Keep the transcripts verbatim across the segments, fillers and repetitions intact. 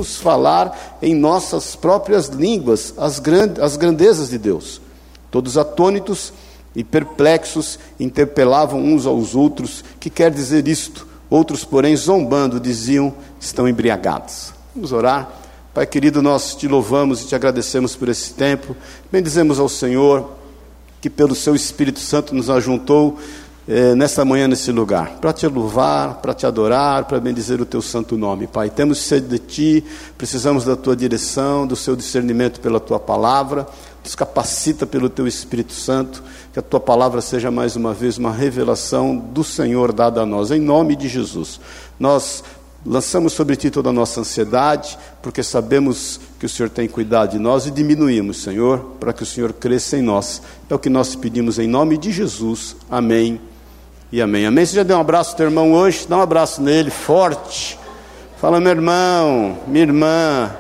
ouvimos falar em nossas próprias línguas as, grand, as grandezas de Deus. Todos atônitos e perplexos interpelavam uns aos outros: que quer dizer isto? Outros, porém, zombando, diziam: estão embriagados. Vamos orar. Pai querido, nós te louvamos e te agradecemos por esse tempo. Bendizemos ao Senhor, que pelo seu Espírito Santo nos ajuntou eh, nesta manhã nesse lugar, para te louvar, para te adorar, para bendizer o teu santo nome. Pai, temos sede de ti, precisamos da tua direção, do seu discernimento pela tua palavra. Nos capacita pelo teu Espírito Santo, que a tua palavra seja mais uma vez uma revelação do Senhor dada a nós, em nome de Jesus. Nós lançamos sobre ti toda a nossa ansiedade, porque sabemos que o Senhor tem cuidado de nós, e diminuímos, Senhor, para que o Senhor cresça em nós. É o que nós pedimos em nome de Jesus. Amém e amém. Amém. Você já deu um abraço ao teu irmão hoje? Dá um abraço nele, forte. Fala: meu irmão, minha irmã,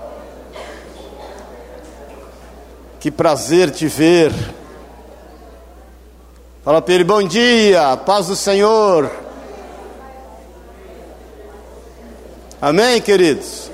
que prazer te ver. Fala para ele: bom dia, paz do Senhor. Amém, queridos?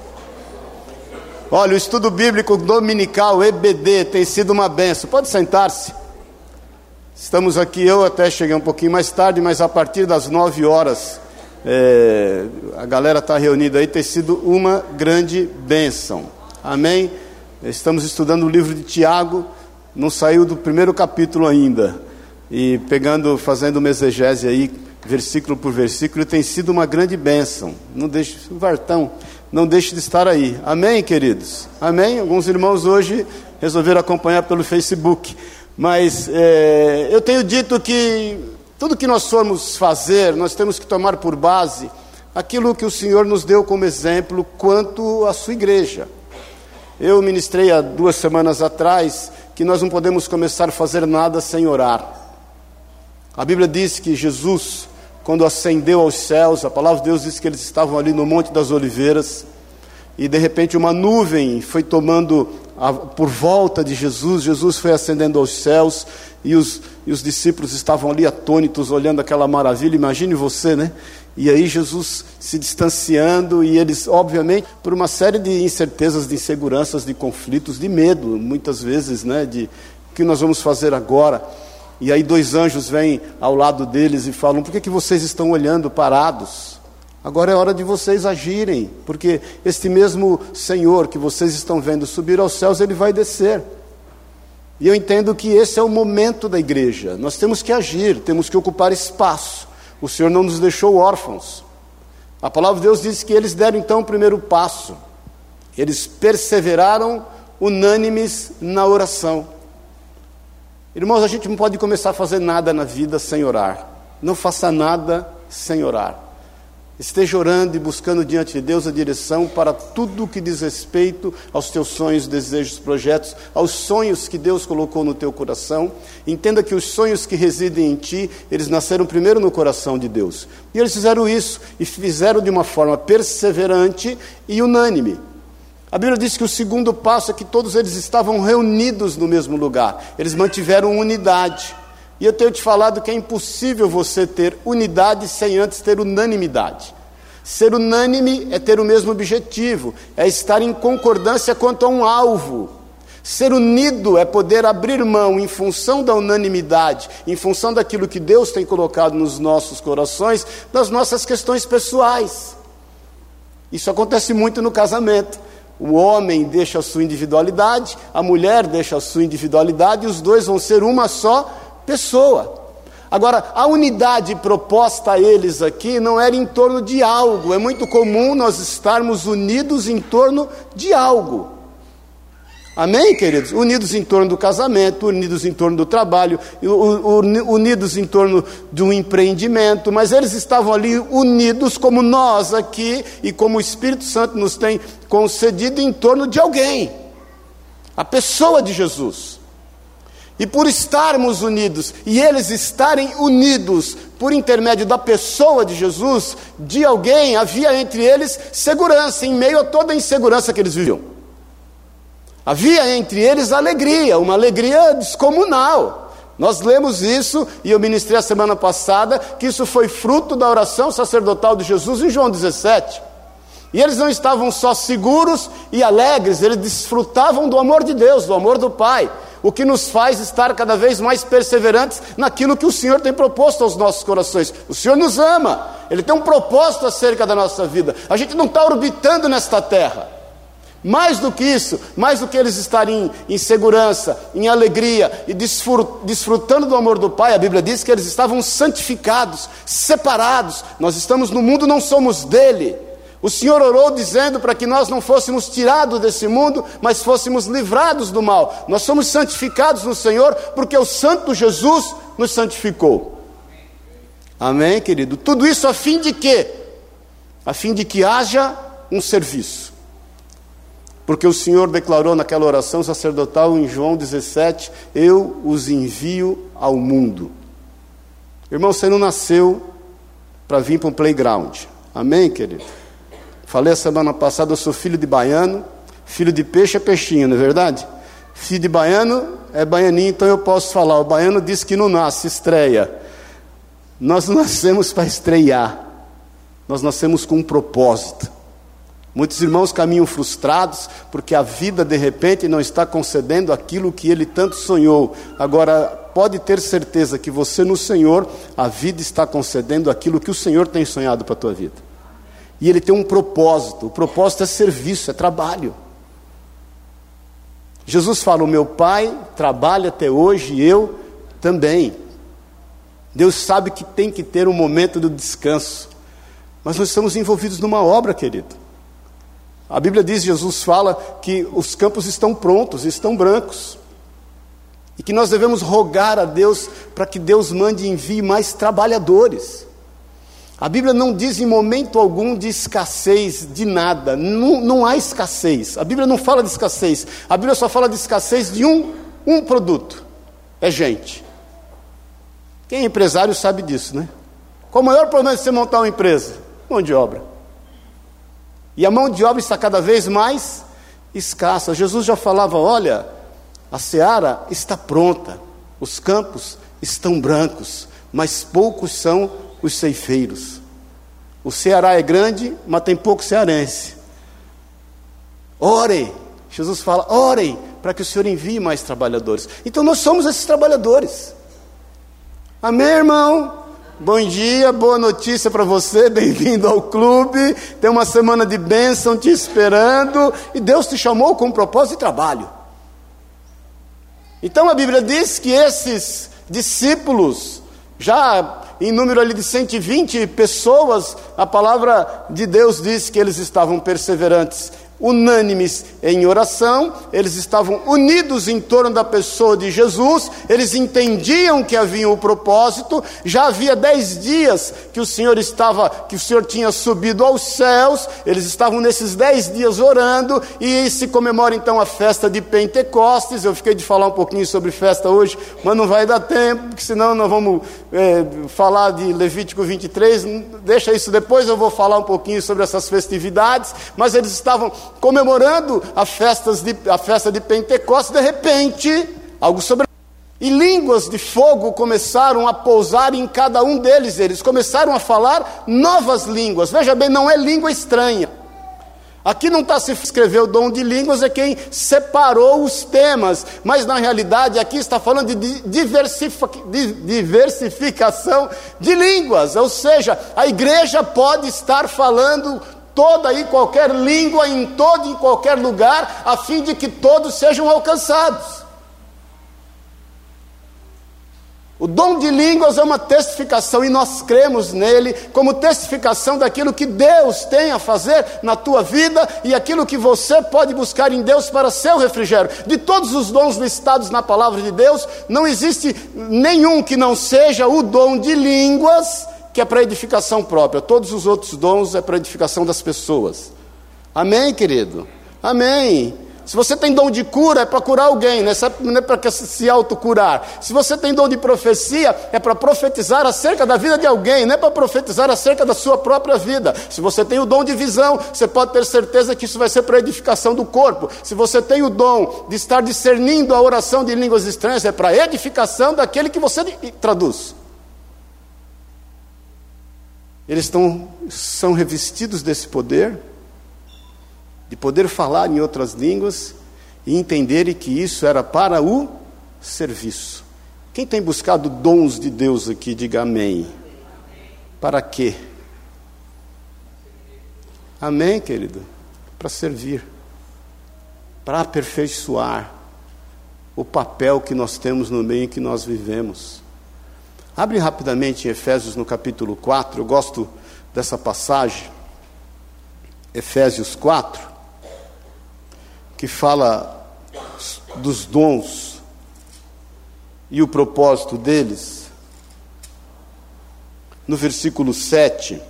Olha, o estudo bíblico dominical E B D tem sido uma benção. Pode sentar-se. Estamos aqui, eu até cheguei um pouquinho mais tarde, mas a partir das nove horas, é, a galera está reunida aí, tem sido uma grande bênção. Amém? Estamos estudando o livro de Tiago, não saiu do primeiro capítulo ainda, e pegando, fazendo uma exegese aí, versículo por versículo, tem sido uma grande bênção. Não deixe, o Vartão, não deixe de estar aí. Amém, queridos? Amém? Alguns irmãos hoje resolveram acompanhar pelo Facebook, mas é, eu tenho dito que tudo que nós formos fazer, nós temos que tomar por base aquilo que o Senhor nos deu como exemplo quanto à sua igreja. Eu ministrei há duas semanas atrás que nós não podemos começar a fazer nada sem orar. A Bíblia diz que Jesus, quando ascendeu aos céus, a palavra de Deus diz que eles estavam ali no Monte das Oliveiras, e de repente uma nuvem foi tomando a, por volta de Jesus, Jesus foi ascendendo aos céus, e os, e os discípulos estavam ali atônitos, olhando aquela maravilha. Imagine você, né? E aí Jesus se distanciando, e eles, obviamente, por uma série de incertezas, de inseguranças, de conflitos, de medo, muitas vezes, né? De o que nós vamos fazer agora? E aí dois anjos vêm ao lado deles e falam: por que que vocês estão olhando parados? Agora é hora de vocês agirem, porque este mesmo Senhor que vocês estão vendo subir aos céus, Ele vai descer. E eu entendo que esse é o momento da igreja. Nós temos que agir, temos que ocupar espaço. O Senhor não nos deixou órfãos. A palavra de Deus diz que eles deram então o primeiro passo. Eles perseveraram unânimes na oração. Irmãos, a gente não pode começar a fazer nada na vida sem orar. Não faça nada sem orar. Esteja orando e buscando diante de Deus a direção para tudo o que diz respeito aos teus sonhos, desejos, projetos, aos sonhos que Deus colocou no teu coração. Entenda que os sonhos que residem em ti, eles nasceram primeiro no coração de Deus. E eles fizeram isso, e fizeram de uma forma perseverante e unânime. A Bíblia diz que o segundo passo é que todos eles estavam reunidos no mesmo lugar. Eles mantiveram unidade. E eu tenho te falado que é impossível você ter unidade sem antes ter unanimidade. Ser unânime é ter o mesmo objetivo, é estar em concordância quanto a um alvo. Ser unido é poder abrir mão em função da unanimidade, em função daquilo que Deus tem colocado nos nossos corações, das nossas questões pessoais. Isso acontece muito no casamento. O homem deixa a sua individualidade, a mulher deixa a sua individualidade, e os dois vão ser uma só pessoa. Agora, a unidade proposta a eles aqui não era em torno de algo. É muito comum nós estarmos unidos em torno de algo. Amém, queridos? Unidos em torno do casamento, unidos em torno do trabalho, unidos em torno de um empreendimento, mas eles estavam ali unidos como nós aqui, e como o Espírito Santo nos tem concedido, em torno de alguém, a pessoa de Jesus. E por estarmos unidos, e eles estarem unidos por intermédio da pessoa de Jesus, de alguém, havia entre eles segurança, em meio a toda a insegurança que eles viviam. Havia entre eles alegria, uma alegria descomunal. Nós lemos isso, e eu ministrei a semana passada, que isso foi fruto da oração sacerdotal de Jesus em João dezessete. E eles não estavam só seguros e alegres, eles desfrutavam do amor de Deus, do amor do Pai, o que nos faz estar cada vez mais perseverantes naquilo que o Senhor tem proposto aos nossos corações. O Senhor nos ama, Ele tem um propósito acerca da nossa vida. A gente não está orbitando nesta terra. Mais do que isso, mais do que eles estarem em segurança, em alegria e desfrutando do amor do Pai, a Bíblia diz que eles estavam santificados, separados. Nós estamos no mundo, não somos dele. O Senhor orou dizendo para que nós não fôssemos tirados desse mundo, mas fôssemos livrados do mal. Nós somos santificados no Senhor, porque o Santo Jesus nos santificou. Amém, querido? Tudo isso a fim de quê? A fim de que haja um serviço. Porque o Senhor declarou naquela oração sacerdotal em João dezessete, eu os envio ao mundo. Irmão, você não nasceu para vir para um playground. Amém, querido? Falei a semana passada, eu sou filho de baiano, filho de peixe é peixinho, não é verdade? Filho de baiano é baianinho, então eu posso falar, o baiano diz que não nasce, estreia. Nós não nascemos para estrear, nós nascemos com um propósito. Muitos irmãos caminham frustrados, porque a vida de repente não está concedendo aquilo que ele tanto sonhou. Agora, pode ter certeza que você no Senhor, a vida está concedendo aquilo que o Senhor tem sonhado para a tua vida. E Ele tem um propósito, o propósito é serviço, é trabalho. Jesus fala, o meu Pai trabalha até hoje e eu também. Deus sabe que tem que ter um momento do descanso, mas nós estamos envolvidos numa obra, querido. A Bíblia diz, Jesus fala que os campos estão prontos, estão brancos, e que nós devemos rogar a Deus para que Deus mande e envie mais trabalhadores. A Bíblia não diz em momento algum de escassez de nada, não, não há escassez. A Bíblia não fala de escassez, a Bíblia só fala de escassez de um, um produto, é gente. Quem é empresário sabe disso, né? Qual o maior problema de você montar uma empresa? Mão de obra. E a mão de obra está cada vez mais escassa. Jesus já falava, olha, a seara está pronta, os campos estão brancos, mas poucos são os ceifeiros. O Ceará é grande, mas tem pouco cearense. Orem, Jesus fala, orem para que o Senhor envie mais trabalhadores. Então nós somos esses trabalhadores. Amém, irmão? Bom dia, boa notícia para você, bem-vindo ao clube. Tem uma semana de bênção te esperando, e Deus te chamou com um propósito de trabalho. Então a Bíblia diz que esses discípulos, já em número ali de cento e vinte pessoas, a palavra de Deus diz que eles estavam perseverantes, unânimes em oração, eles estavam unidos em torno da pessoa de Jesus, eles entendiam que havia um propósito. Já havia dez dias que o Senhor estava, que o Senhor tinha subido aos céus, eles estavam nesses dez dias orando, e se comemora então a festa de Pentecostes. Eu fiquei de falar um pouquinho sobre festa hoje, mas não vai dar tempo, porque senão nós vamos é, falar de Levítico vinte e três, deixa isso depois, eu vou falar um pouquinho sobre essas festividades, mas eles estavam comemorando a, festas de, a festa de Pentecostes. De repente, algo sobre... E línguas de fogo começaram a pousar em cada um deles. Eles começaram a falar novas línguas. Veja bem, não é língua estranha. Aqui não está se escrever o dom de línguas, é quem separou os temas. Mas na realidade aqui está falando de diversificação de línguas. Ou seja, a igreja pode estar falando toda e qualquer língua, em todo e em qualquer lugar, a fim de que todos sejam alcançados. O dom de línguas é uma testificação, e nós cremos nele como testificação daquilo que Deus tem a fazer na tua vida, e aquilo que você pode buscar em Deus para seu refrigério. De todos os dons listados na palavra de Deus, não existe nenhum que não seja o dom de línguas, que é para edificação própria. Todos os outros dons é para edificação das pessoas. Amém, querido? Amém. Se você tem dom de cura, é para curar alguém, não é para se autocurar. Se você tem dom de profecia, é para profetizar acerca da vida de alguém, não é para profetizar acerca da sua própria vida. Se você tem o dom de visão, você pode ter certeza que isso vai ser para edificação do corpo. Se você tem o dom de estar discernindo a oração de línguas estranhas, é para edificação daquele que você traduz. Eles estão, são revestidos desse poder, de poder falar em outras línguas e entenderem que isso era para o serviço. Quem tem buscado dons de Deus aqui, diga amém. Para quê? Amém, querido? Para servir, para aperfeiçoar o papel que nós temos no meio em que nós vivemos. Abre rapidamente em Efésios no capítulo quatro, eu gosto dessa passagem, Efésios quatro, que fala dos dons e o propósito deles. No versículo sete,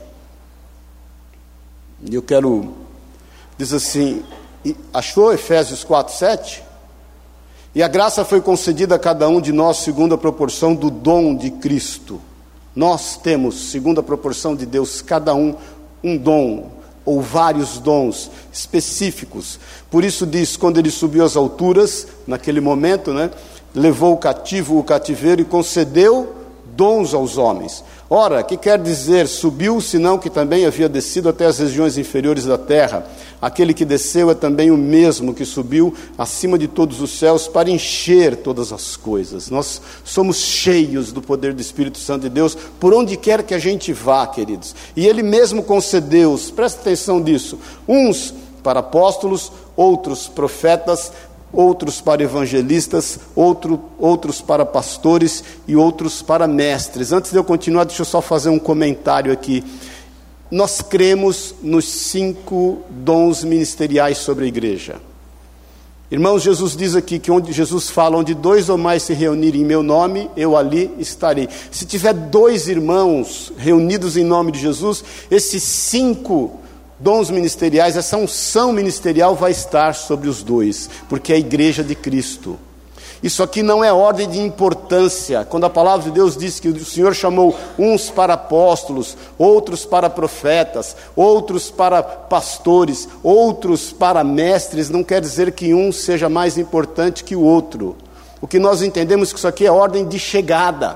eu quero, diz assim, achou Efésios quatro, sete? E a graça foi concedida a cada um de nós segundo a proporção do dom de Cristo. Nós temos, segundo a proporção de Deus, cada um um dom, ou vários dons específicos. Por isso diz, quando ele subiu às alturas, naquele momento, né, levou o cativo o cativeiro e concedeu dons aos homens. Ora, que quer dizer subiu, senão que também havia descido até as regiões inferiores da terra? Aquele que desceu é também o mesmo que subiu acima de todos os céus para encher todas as coisas. Nós somos cheios do poder do Espírito Santo de Deus, por onde quer que a gente vá, queridos. E Ele mesmo concedeu, presta atenção nisso, uns para apóstolos, outros profetas, outros para evangelistas, outro, outros para pastores e outros para mestres. Antes de eu continuar, deixa eu só fazer um comentário aqui. Nós cremos nos cinco dons ministeriais sobre a igreja. Irmãos, Jesus diz aqui que onde Jesus fala, onde dois ou mais se reunirem em meu nome, eu ali estarei. Se tiver dois irmãos reunidos em nome de Jesus, esses cinco dons ministeriais, essa unção ministerial vai estar sobre os dois, porque é a igreja de Cristo. Isso aqui não é ordem de importância. Quando a palavra de Deus diz que o Senhor chamou uns para apóstolos, outros para profetas, outros para pastores, outros para mestres, não quer dizer que um seja mais importante que o outro. O que nós entendemos é que isso aqui é ordem de chegada.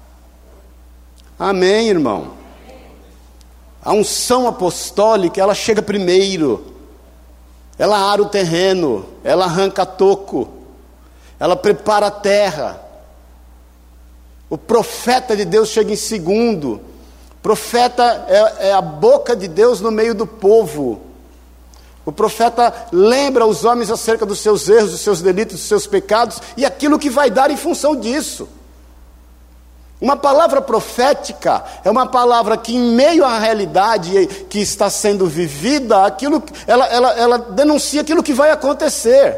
Amém, irmão? A unção apostólica, ela chega primeiro. Ela ara o terreno, ela arranca toco, ela prepara a terra. O profeta de Deus chega em segundo. Profeta é, é a boca de Deus no meio do povo. O profeta lembra os homens acerca dos seus erros, dos seus delitos, dos seus pecados e aquilo que vai dar em função disso. Uma palavra profética é uma palavra que, em meio à realidade que está sendo vivida, aquilo, ela, ela, ela denuncia aquilo que vai acontecer.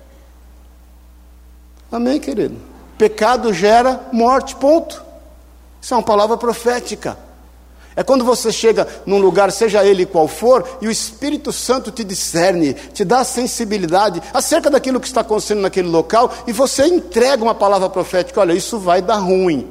Amém, querido? Pecado gera morte, ponto. Isso é uma palavra profética. É quando você chega num lugar, seja ele qual for, e o Espírito Santo te discerne, te dá sensibilidade acerca daquilo que está acontecendo naquele local, e você entrega uma palavra profética. Olha, isso vai dar ruim.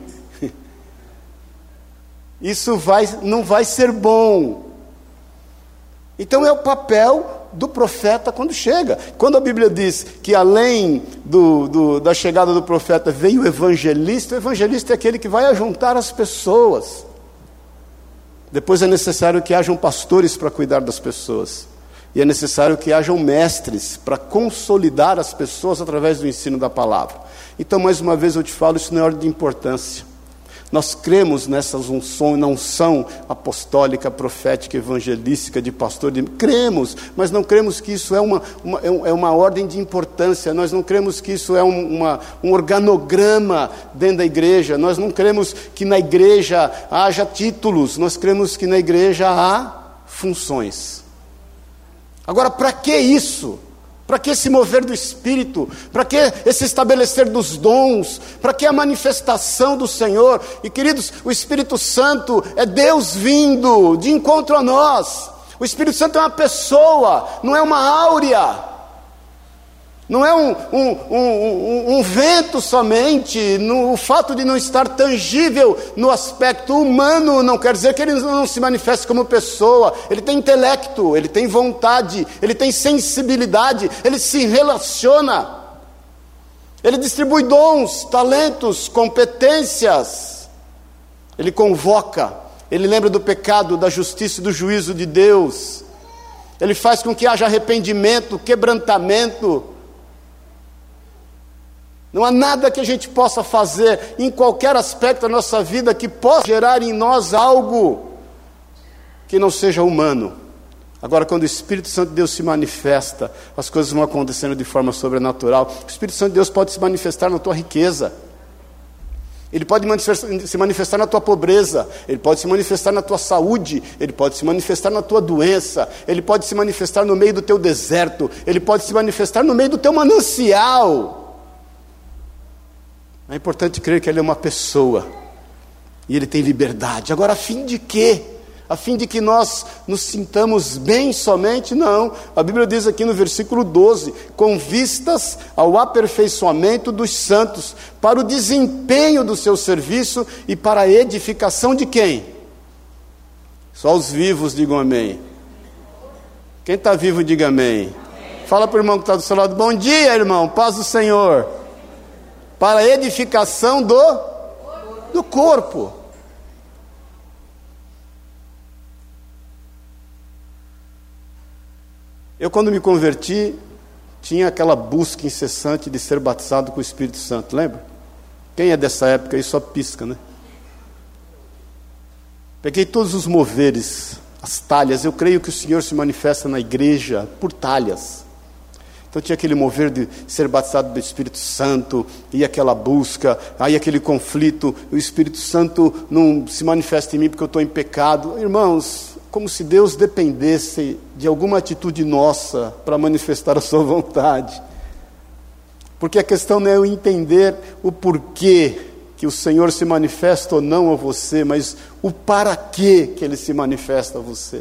Isso vai, não vai ser bom. Então é o papel do profeta quando chega. Quando a Bíblia diz que além do, do, da chegada do profeta veio o evangelista, o evangelista é aquele que vai ajuntar as pessoas. Depois é necessário que hajam pastores para cuidar das pessoas. E é necessário que hajam mestres para consolidar as pessoas através do ensino da palavra. Então, mais uma vez eu te falo, isso não é ordem de importância. Nós cremos nessas unções, na unção apostólica, profética, evangelística, de pastor, de... cremos, mas não cremos que isso é uma, uma, é uma ordem de importância, nós não cremos que isso é um, uma, um organograma dentro da igreja, nós não cremos que na igreja haja títulos, nós cremos que na igreja há funções. Agora, para que isso? Para que esse mover do Espírito? Para que esse estabelecer dos dons? Para que a manifestação do Senhor? E queridos, o Espírito Santo é Deus vindo de encontro a nós. O Espírito Santo é uma pessoa, não é uma áurea. Não é um, um, um, um, um vento somente. No, o fato de não estar tangível no aspecto humano não quer dizer que ele não se manifeste como pessoa. Ele tem intelecto, ele tem vontade, ele tem sensibilidade, ele se relaciona, ele distribui dons, talentos, competências, ele convoca, ele lembra do pecado, da justiça e do juízo de Deus. Ele faz com que haja arrependimento, quebrantamento. Não há nada que a gente possa fazer em qualquer aspecto da nossa vida que possa gerar em nós algo que não seja humano. Agora, quando o Espírito Santo de Deus se manifesta, as coisas vão acontecendo de forma sobrenatural. O Espírito Santo de Deus pode se manifestar na tua riqueza. Ele pode se manifestar na tua pobreza, Ele pode se manifestar na tua saúde, Ele pode se manifestar na tua doença, Ele pode se manifestar no meio do teu deserto, Ele pode se manifestar no meio do teu manancial. É importante crer que Ele é uma pessoa, e Ele tem liberdade. Agora, a fim de quê? A fim de que nós nos sintamos bem somente? Não. A Bíblia diz aqui no versículo doze, com vistas ao aperfeiçoamento dos santos, para o desempenho do seu serviço e para a edificação de quem? Só os vivos digam amém. Quem está vivo diga amém. Fala para o irmão que está do seu lado, bom dia, irmão, paz do Senhor. Para a edificação do, do corpo. Eu, quando me converti, tinha aquela busca incessante de ser batizado com o Espírito Santo, lembra? Quem é dessa época aí só pisca, né? Peguei todos os moveres, as talhas. Eu creio que o Senhor se manifesta na igreja por talhas. Então tinha aquele mover de ser batizado do Espírito Santo, e aquela busca, aí aquele conflito, o Espírito Santo não se manifesta em mim porque eu estou em pecado. Irmãos, como se Deus dependesse de alguma atitude nossa para manifestar a sua vontade. Porque a questão não é eu entender o porquê que o Senhor se manifesta ou não a você, mas o para quê que Ele se manifesta a você.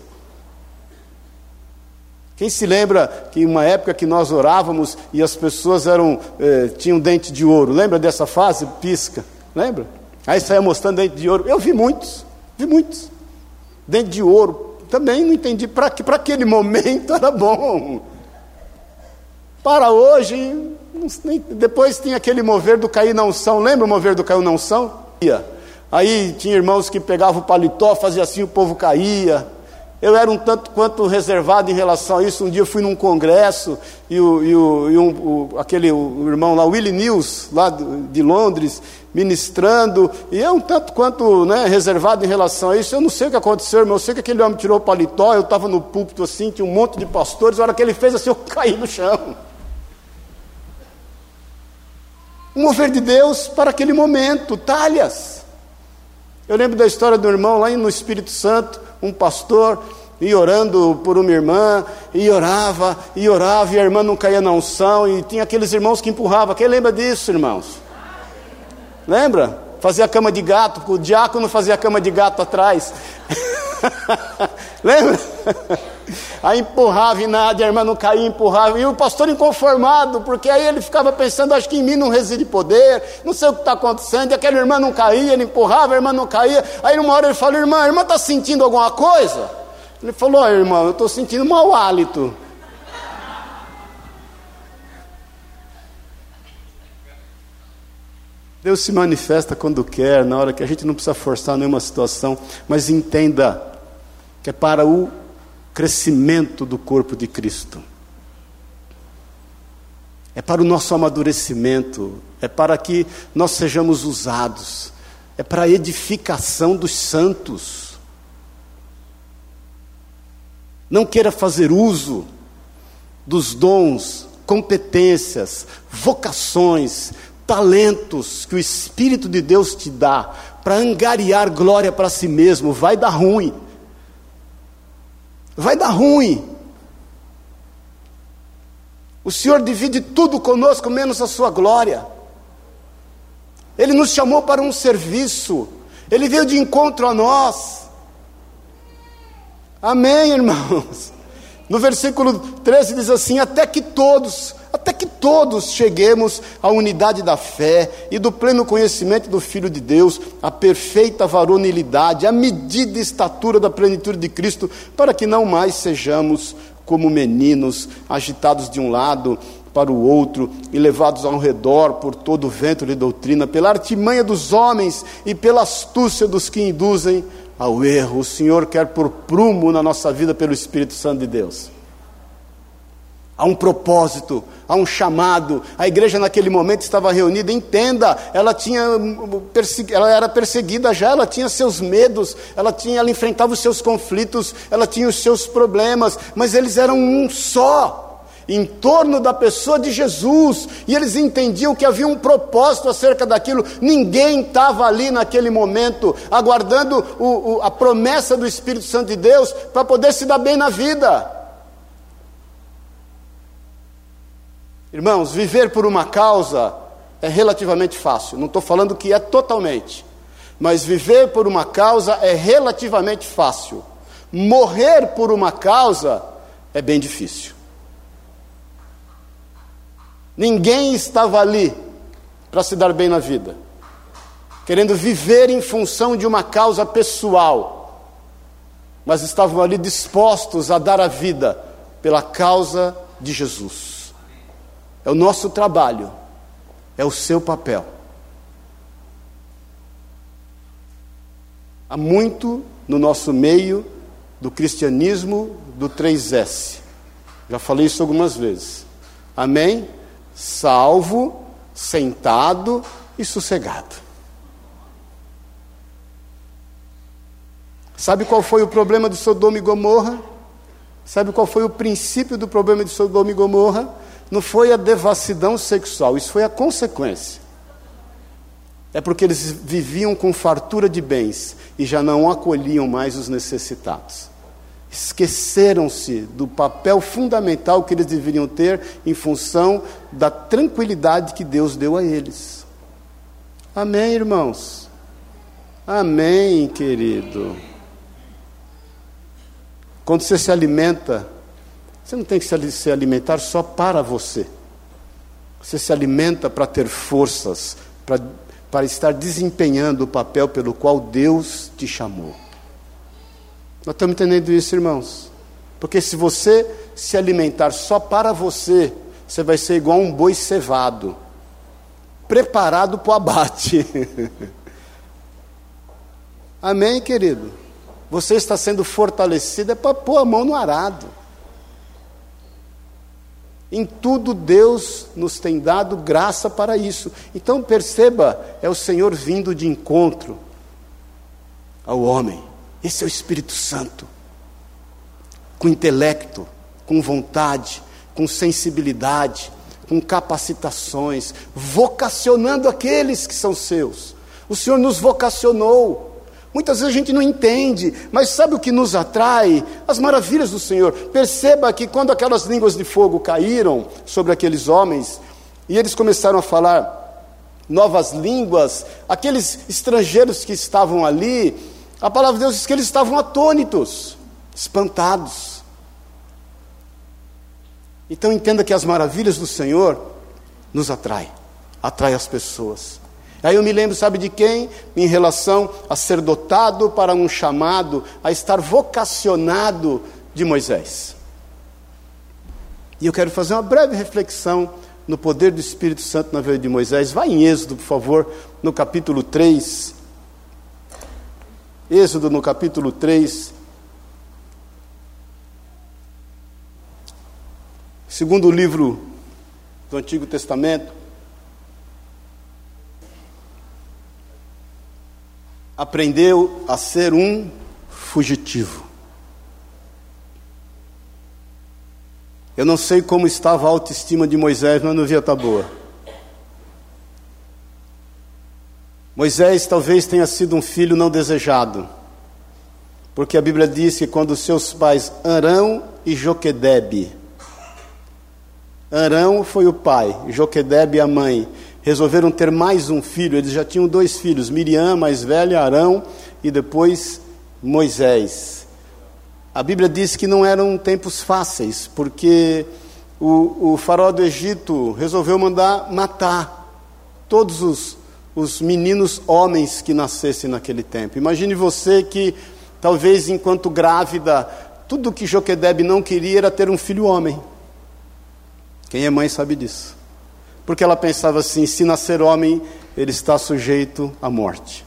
Quem se lembra que em uma época que nós orávamos e as pessoas eram, eh, tinham dente de ouro? Lembra dessa fase? Pisca. Lembra? Aí saia mostrando dente de ouro. Eu vi muitos, vi muitos. Dente de ouro. Também não entendi para que para aquele momento era bom. Para hoje, nem, depois tinha aquele mover do cair na unção. Lembra o mover do cair na unção? Aí tinha irmãos que pegavam o paletó, fazia assim, o povo caía. Eu era um tanto quanto reservado em relação a isso. Um dia eu fui num congresso e, o, e, o, e um, o, aquele, o irmão lá, Willie News, lá de Londres, ministrando, e eu um tanto quanto, né, reservado em relação a isso. Eu não sei o que aconteceu, irmão. Eu sei que aquele homem tirou o paletó, eu estava no púlpito assim, tinha um monte de pastores, a hora que ele fez assim, eu caí no chão. Um mover de Deus para aquele momento, talhas. Eu lembro da história do irmão lá no Espírito Santo, um pastor, e orando por uma irmã, e orava, e orava, e a irmã não caía na unção, e tinha aqueles irmãos que empurravam. Quem lembra disso, irmãos? Lembra? Fazia cama de gato, o diácono fazia cama de gato atrás. Lembra? Aí empurrava e nada, a irmã não caía, empurrava, e o pastor inconformado, porque aí ele ficava pensando, acho que em mim não reside poder, não sei o que está acontecendo, e aquela irmã não caía, ele empurrava, a irmã não caía. Aí uma hora ele falou, irmã, a irmã está sentindo alguma coisa? Ele falou, oh, irmão, eu estou sentindo mau hálito. Deus se manifesta quando quer, na hora que a gente não precisa forçar nenhuma situação, mas entenda que é para o crescimento do corpo de Cristo. É para o nosso amadurecimento, é para que nós sejamos usados, é para a edificação dos santos. Não queira fazer uso dos dons, competências, vocações, talentos que o Espírito de Deus te dá para angariar glória para si mesmo. Vai dar ruim. Vai dar ruim. O Senhor divide tudo conosco, menos a sua glória. Ele nos chamou para um serviço. Ele veio de encontro a nós. Amém, irmãos? No versículo treze diz assim, até que todos, até que todos cheguemos à unidade da fé e do pleno conhecimento do Filho de Deus, à perfeita varonilidade, à medida e estatura da plenitude de Cristo, para que não mais sejamos como meninos, agitados de um lado para o outro e levados ao redor por todo o vento de doutrina, pela artimanha dos homens e pela astúcia dos que induzem ao erro. O Senhor quer pôr prumo na nossa vida pelo Espírito Santo de Deus. Há um propósito, há um chamado. A igreja naquele momento estava reunida, entenda, ela tinha, ela era perseguida já, ela tinha seus medos, ela, tinha, ela enfrentava os seus conflitos, ela tinha os seus problemas, mas eles eram um só, em torno da pessoa de Jesus, e eles entendiam que havia um propósito acerca daquilo. Ninguém estava ali naquele momento, aguardando o, o, a promessa do Espírito Santo de Deus, para poder se dar bem na vida. Irmãos, viver por uma causa é relativamente fácil. Não estou falando que é totalmente, mas viver por uma causa é relativamente fácil. Morrer por uma causa é bem difícil. Ninguém estava ali para se dar bem na vida, querendo viver em função de uma causa pessoal, mas estavam ali dispostos a dar a vida pela causa de Jesus. É o nosso trabalho, é o seu papel. Há muito no nosso meio do cristianismo do três S. Já falei isso algumas vezes. Amém? Salvo, sentado e sossegado. Sabe qual foi o problema de Sodoma e Gomorra? Sabe qual foi o princípio do problema de Sodoma e Gomorra? Não foi a devassidão sexual, isso foi a consequência. É porque eles viviam com fartura de bens e já não acolhiam mais os necessitados. Esqueceram-se do papel fundamental que eles deveriam ter em função da tranquilidade que Deus deu a eles. Amém, irmãos? Amém, querido. Quando você se alimenta, você não tem que se alimentar só para você. Você se alimenta para ter forças, para, para estar desempenhando o papel pelo qual Deus te chamou. Nós estamos entendendo isso, irmãos? Porque se você se alimentar só para você, você vai ser igual um boi cevado, preparado para o abate. Amém, querido? Você está sendo fortalecido é para pôr a mão no arado. Em tudo Deus nos tem dado graça para isso. Então perceba, é o Senhor vindo de encontro ao homem. Esse é o Espírito Santo, com intelecto, com vontade, com sensibilidade, com capacitações, vocacionando aqueles que são seus. O Senhor nos vocacionou. Muitas vezes a gente não entende, mas sabe o que nos atrai? As maravilhas do Senhor. Perceba que quando aquelas línguas de fogo caíram sobre aqueles homens, e eles começaram a falar novas línguas, aqueles estrangeiros que estavam ali, a palavra de Deus diz que eles estavam atônitos, espantados. Então entenda que as maravilhas do Senhor nos atraem, atrai as pessoas. Aí eu me lembro, sabe de quem? Em relação a ser dotado para um chamado, a estar vocacionado de Moisés. E eu quero fazer uma breve reflexão no poder do Espírito Santo na vida de Moisés. Vai em Êxodo, por favor, no capítulo três. Êxodo no capítulo três. Segundo livro do Antigo Testamento. Aprendeu a ser um fugitivo. Eu não sei como estava a autoestima de Moisés, mas não devia estar boa. Moisés talvez tenha sido um filho não desejado, porque a Bíblia diz que quando seus pais Arão e Joquedebe, Arão foi o pai, Joquedebe a mãe, resolveram ter mais um filho. Eles já tinham dois filhos, Miriam, mais velha, Arão, e depois Moisés. A Bíblia diz que não eram tempos fáceis, porque o, o faraó do Egito resolveu mandar matar todos os, os meninos homens que nascessem naquele tempo. Imagine você que, talvez enquanto grávida, tudo que Joquedebe não queria era ter um filho homem. Quem é mãe sabe disso. Porque ela pensava assim, se nascer homem, ele está sujeito à morte.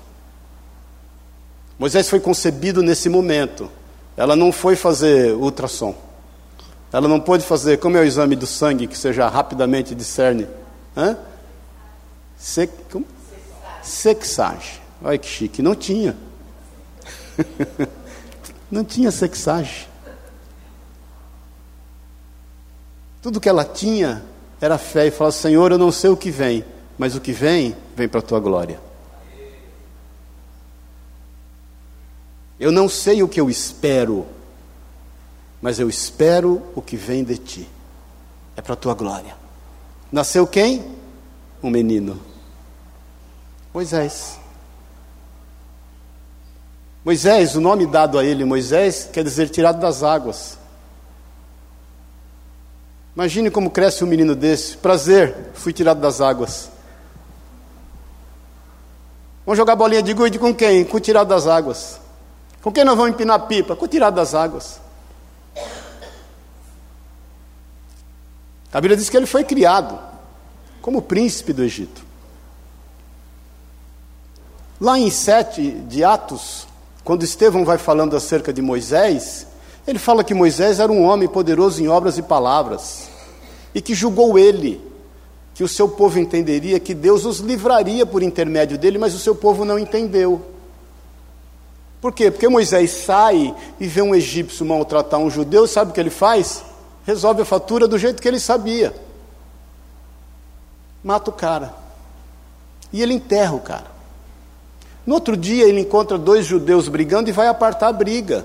Moisés foi concebido nesse momento. Ela não foi fazer ultrassom. Ela não pôde fazer, como é o exame do sangue, que você já rapidamente discerne? Hã? Se, como? Sexagem. Olha que chique, não tinha. Não tinha sexagem. Tudo que ela tinha era fé e falava: Senhor, eu não sei o que vem, mas o que vem, vem para a tua glória. Eu não sei o que eu espero, mas eu espero o que vem de ti. É para a tua glória. Nasceu quem? Um menino. Moisés. Moisés, o nome dado a ele, Moisés, quer dizer tirado das águas. Imagine como cresce um menino desse. Prazer, fui tirado das águas. Vamos jogar bolinha de gude com quem? Com o tirado das águas. Com quem nós vamos empinar pipa? Com o tirado das águas. A Bíblia diz que ele foi criado como príncipe do Egito. Lá em sete de Atos, quando Estevão vai falando acerca de Moisés, ele fala que Moisés era um homem poderoso em obras e palavras, e que julgou ele, que o seu povo entenderia que Deus os livraria por intermédio dele, mas o seu povo não entendeu. Por quê? Porque Moisés sai e vê um egípcio maltratar um judeu, sabe o que ele faz? Resolve a fatura do jeito que ele sabia. Mata o cara. E ele enterra o cara. No outro dia ele encontra dois judeus brigando e vai apartar a briga.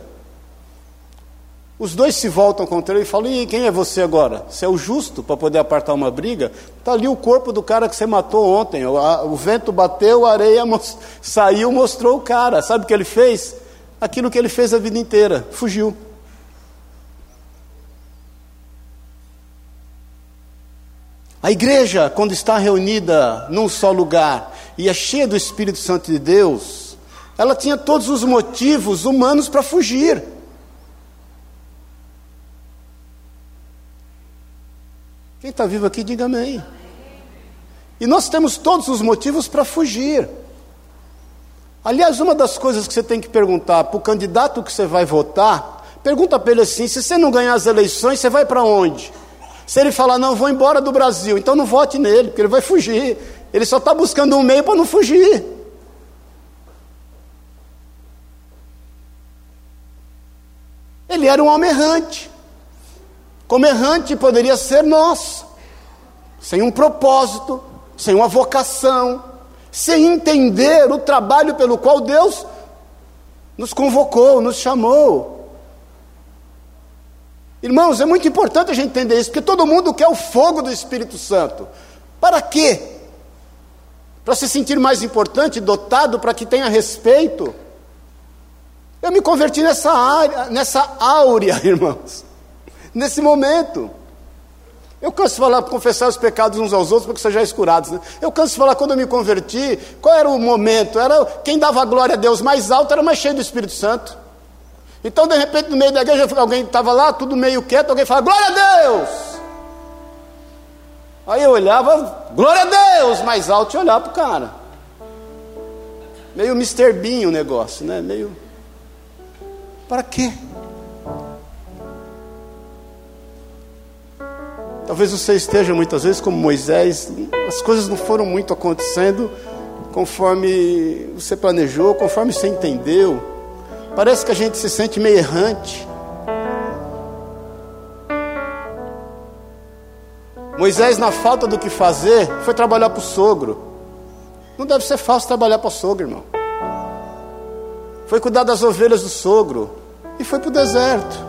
Os dois se voltam contra ele e falam: e quem é você agora? Você é o justo para poder apartar uma briga? Está ali o corpo do cara que você matou ontem. O, a, o vento bateu, a areia most... saiu, mostrou o cara. Sabe o que ele fez? Aquilo que ele fez a vida inteira. Fugiu. A igreja, quando está reunida num só lugar e é cheia do Espírito Santo de Deus, ela tinha todos os motivos humanos para fugir. Quem está vivo aqui, diga amém. E nós temos todos os motivos para fugir. Aliás, uma das coisas que você tem que perguntar para o candidato que você vai votar, pergunta para ele assim: se você não ganhar as eleições, você vai para onde? Se ele falar: não, vou embora do Brasil, então não vote nele, porque ele vai fugir. Ele só está buscando um meio para não fugir. Ele era um homem errante. Como errante poderia ser nós, sem um propósito, sem uma vocação, sem entender o trabalho pelo qual Deus nos convocou, nos chamou. Irmãos, é muito importante a gente entender isso, porque todo mundo quer o fogo do Espírito Santo. Para quê? Para se sentir mais importante, dotado, para que tenha respeito. Eu me converti nessa área, nessa áurea, irmãos. Nesse momento, eu canso de falar, confessar os pecados uns aos outros, para que sejam curados, né? Eu canso de falar, quando eu me converti, qual era o momento? Era quem dava a glória a Deus mais alto, era mais cheio do Espírito Santo. Então, de repente, no meio da igreja, alguém estava lá, tudo meio quieto, alguém falava: glória a Deus! Aí eu olhava: glória a Deus! Mais alto, e olhava para o cara. Meio mister Bean o negócio, né? Meio... Para quê? Talvez você esteja muitas vezes como Moisés, as coisas não foram muito acontecendo conforme você planejou, conforme você entendeu. Parece que a gente se sente meio errante. Moisés, na falta do que fazer, foi trabalhar para o sogro. Não deve ser fácil trabalhar para o sogro, irmão. Foi cuidar das ovelhas do sogro e foi para o deserto.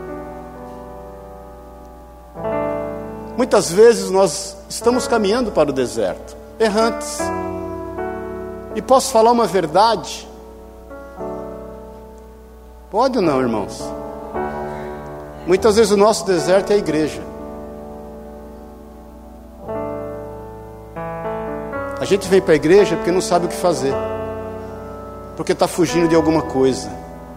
Muitas vezes nós estamos caminhando para o deserto, errantes. E posso falar uma verdade? Pode ou não, irmãos? Muitas vezes o nosso deserto é a igreja. A gente vem para a igreja porque não sabe o que fazer, porque está fugindo de alguma coisa.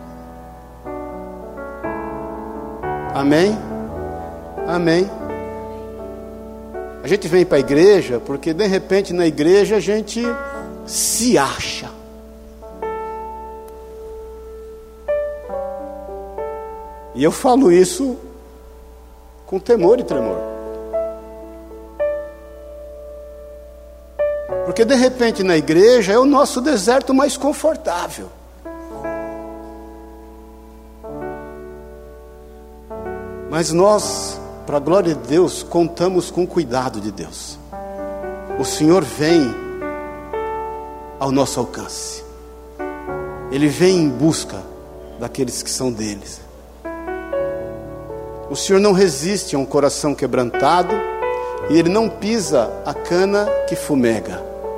Amém? Amém. A gente vem para a igreja porque de repente na igreja a gente se acha. E eu falo isso com temor e tremor. Porque de repente na igreja é o nosso deserto mais confortável. Mas nós, para a glória de Deus, contamos com o cuidado de Deus. O Senhor vem ao nosso alcance. Ele vem em busca daqueles que são deles. O Senhor não resiste a um coração quebrantado, e Ele não pisa a cana que fumega.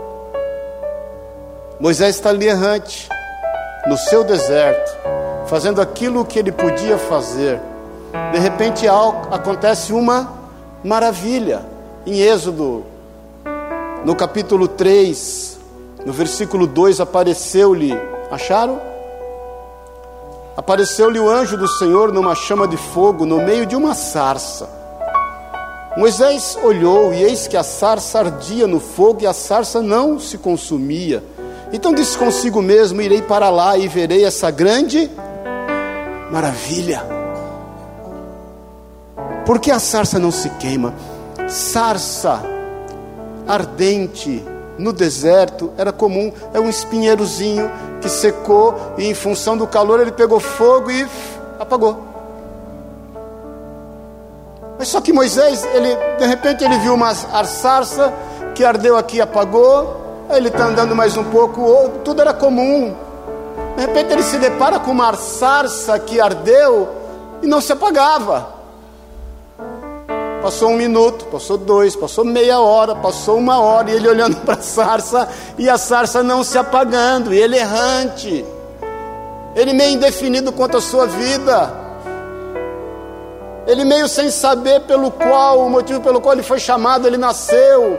Moisés está ali errante, no seu deserto, fazendo aquilo que ele podia fazer. De repente acontece uma maravilha. Em Êxodo, no capítulo três, no versículo dois, apareceu-lhe, acharam? Apareceu-lhe o anjo do Senhor numa chama de fogo, no meio de uma sarça. Moisés olhou, e eis que a sarça ardia no fogo, e a sarça não se consumia. Então disse consigo mesmo: irei para lá e verei essa grande maravilha. Por que a sarça não se queima? Sarça ardente no deserto era comum, é um espinheirozinho que secou, e em função do calor ele pegou fogo e apagou. Mas só que Moisés, ele, de repente ele viu uma sarça que ardeu aqui e apagou. Aí ele está andando mais um pouco, tudo era comum. De repente ele se depara com uma sarça que ardeu e não se apagava. Passou um minuto, passou dois, passou meia hora, passou uma hora, e ele olhando para a sarça, e a sarça não se apagando, e ele errante, ele meio indefinido quanto à sua vida, ele meio sem saber pelo qual, o motivo pelo qual ele foi chamado, ele nasceu,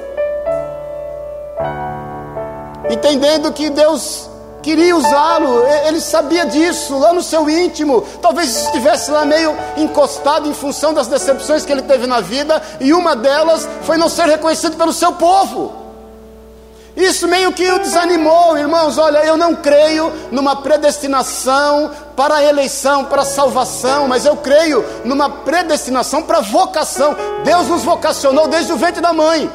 entendendo que Deus queria usá-lo, ele sabia disso, lá no seu íntimo. Talvez estivesse lá meio encostado em função das decepções que ele teve na vida, e uma delas foi não ser reconhecido pelo seu povo. Isso meio que o desanimou. Irmãos, olha, eu não creio numa predestinação para a eleição, para a salvação, mas eu creio numa predestinação para a vocação. Deus nos vocacionou desde o ventre da mãe.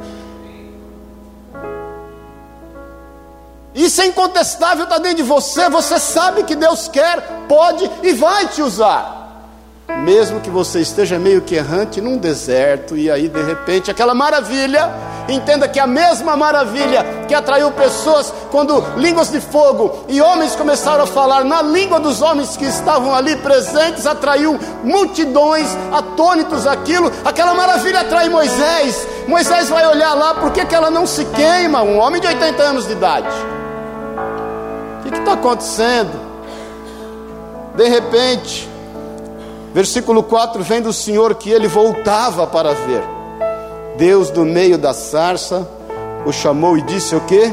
Isso é incontestável, está dentro de você. Você sabe que Deus quer, pode e vai te usar, mesmo que você esteja meio que errante num deserto. E aí de repente aquela maravilha, entenda que a mesma maravilha que atraiu pessoas quando línguas de fogo e homens começaram a falar na língua dos homens que estavam ali presentes, atraiu multidões atônitos aquilo. Aquela maravilha atrai Moisés. Moisés vai olhar lá, por que que ela não se queima? Um homem de oitenta anos de idade. O que está acontecendo? De repente, versículo quatro, vem do Senhor que ele voltava para ver. Deus do meio da sarça o chamou e disse o quê?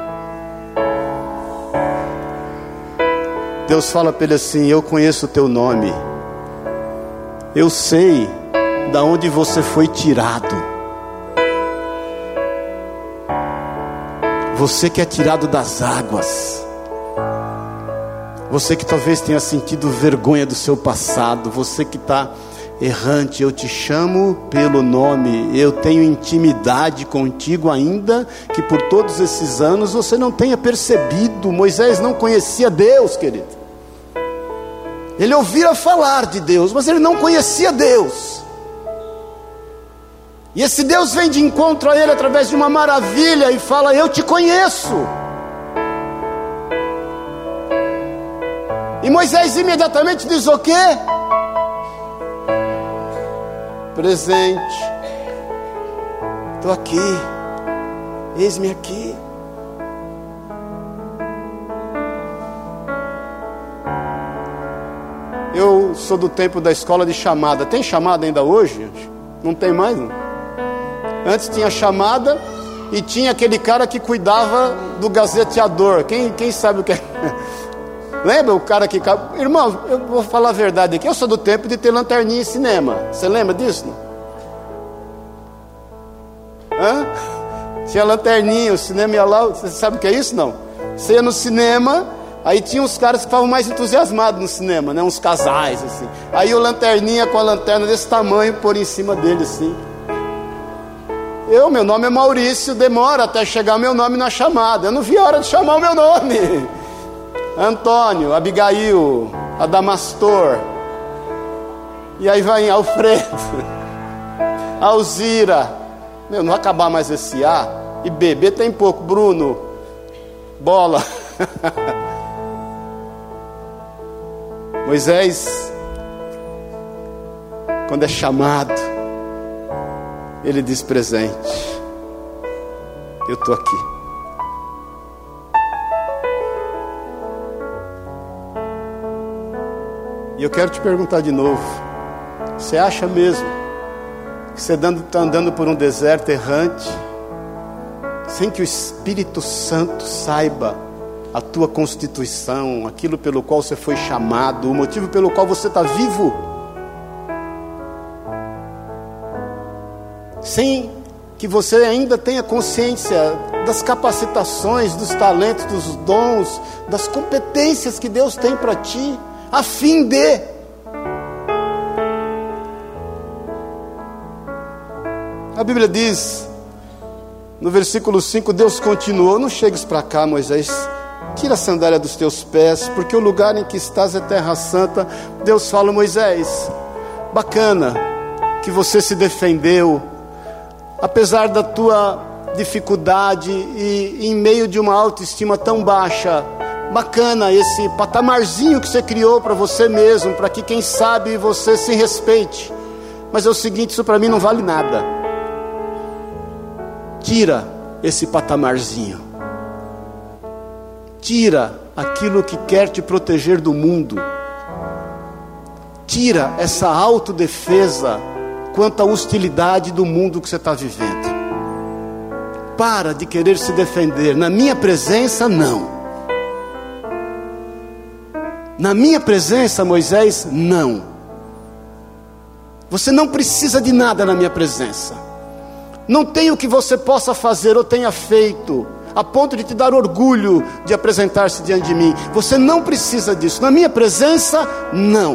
Deus fala para ele assim: eu conheço o teu nome, eu sei da onde você foi tirado. Você que é tirado das águas, você que talvez tenha sentido vergonha do seu passado, você que está errante, eu te chamo pelo nome, eu tenho intimidade contigo, ainda que por todos esses anos você não tenha percebido. Moisés não conhecia Deus, querido. Ele ouvira falar de Deus, mas ele não conhecia Deus. E esse Deus vem de encontro a ele através de uma maravilha e fala: eu te conheço. E Moisés imediatamente diz o quê? Presente, estou aqui, eis-me aqui. Eu sou do tempo da escola de chamada. Tem chamada ainda hoje? Não tem mais, não? Antes tinha chamada e tinha aquele cara que cuidava do gazeteador. Quem, quem sabe o que é? Lembra o cara que... Irmão, eu vou falar a verdade aqui. Eu sou do tempo de ter lanterninha em cinema. Você lembra disso? Não? Hã? Tinha lanterninha, o cinema ia lá. Você sabe o que é isso? Não. Você ia no cinema Aí tinha uns caras que estavam mais entusiasmados no cinema, né? Uns casais, assim. Aí o lanterninha com a lanterna desse tamanho, por em cima dele, assim. Eu, meu nome é Maurício, demora até chegar meu nome na chamada. Eu não vi a hora de chamar o meu nome. Antônio, Abigail, Adamastor. E aí vai em Alfredo, Alzira. Meu, não vai acabar mais esse A. E B, B tem pouco. Bruno, Bola. Moisés, quando é chamado, ele diz presente. Eu estou aqui. E eu quero te perguntar de novo: você acha mesmo que você está andando por um deserto errante, sem que o Espírito Santo saiba a tua constituição, aquilo pelo qual você foi chamado, o motivo pelo qual você está vivo? Sem que você ainda tenha consciência das capacitações, dos talentos, dos dons, das competências que Deus tem para ti, a fim de... A Bíblia diz, no versículo cinco, Deus continuou: não chegues para cá, Moisés, tira a sandália dos teus pés, porque o lugar em que estás é terra santa. Deus fala: Moisés, bacana que você se defendeu, apesar da tua dificuldade e em meio de uma autoestima tão baixa. Bacana esse patamarzinho que você criou para você mesmo, para que quem sabe você se respeite. Mas é o seguinte, isso para mim não vale nada. Tira esse patamarzinho. Tira aquilo que quer te proteger do mundo. Tira essa autodefesa quanto à hostilidade do mundo que você está vivendo. Para de querer se defender. Na minha presença, não. Na minha presença, Moisés, não. Você não precisa de nada na minha presença. Não tem o que você possa fazer ou tenha feito a ponto de te dar orgulho de apresentar-se diante de mim. Você não precisa disso. Na minha presença, não.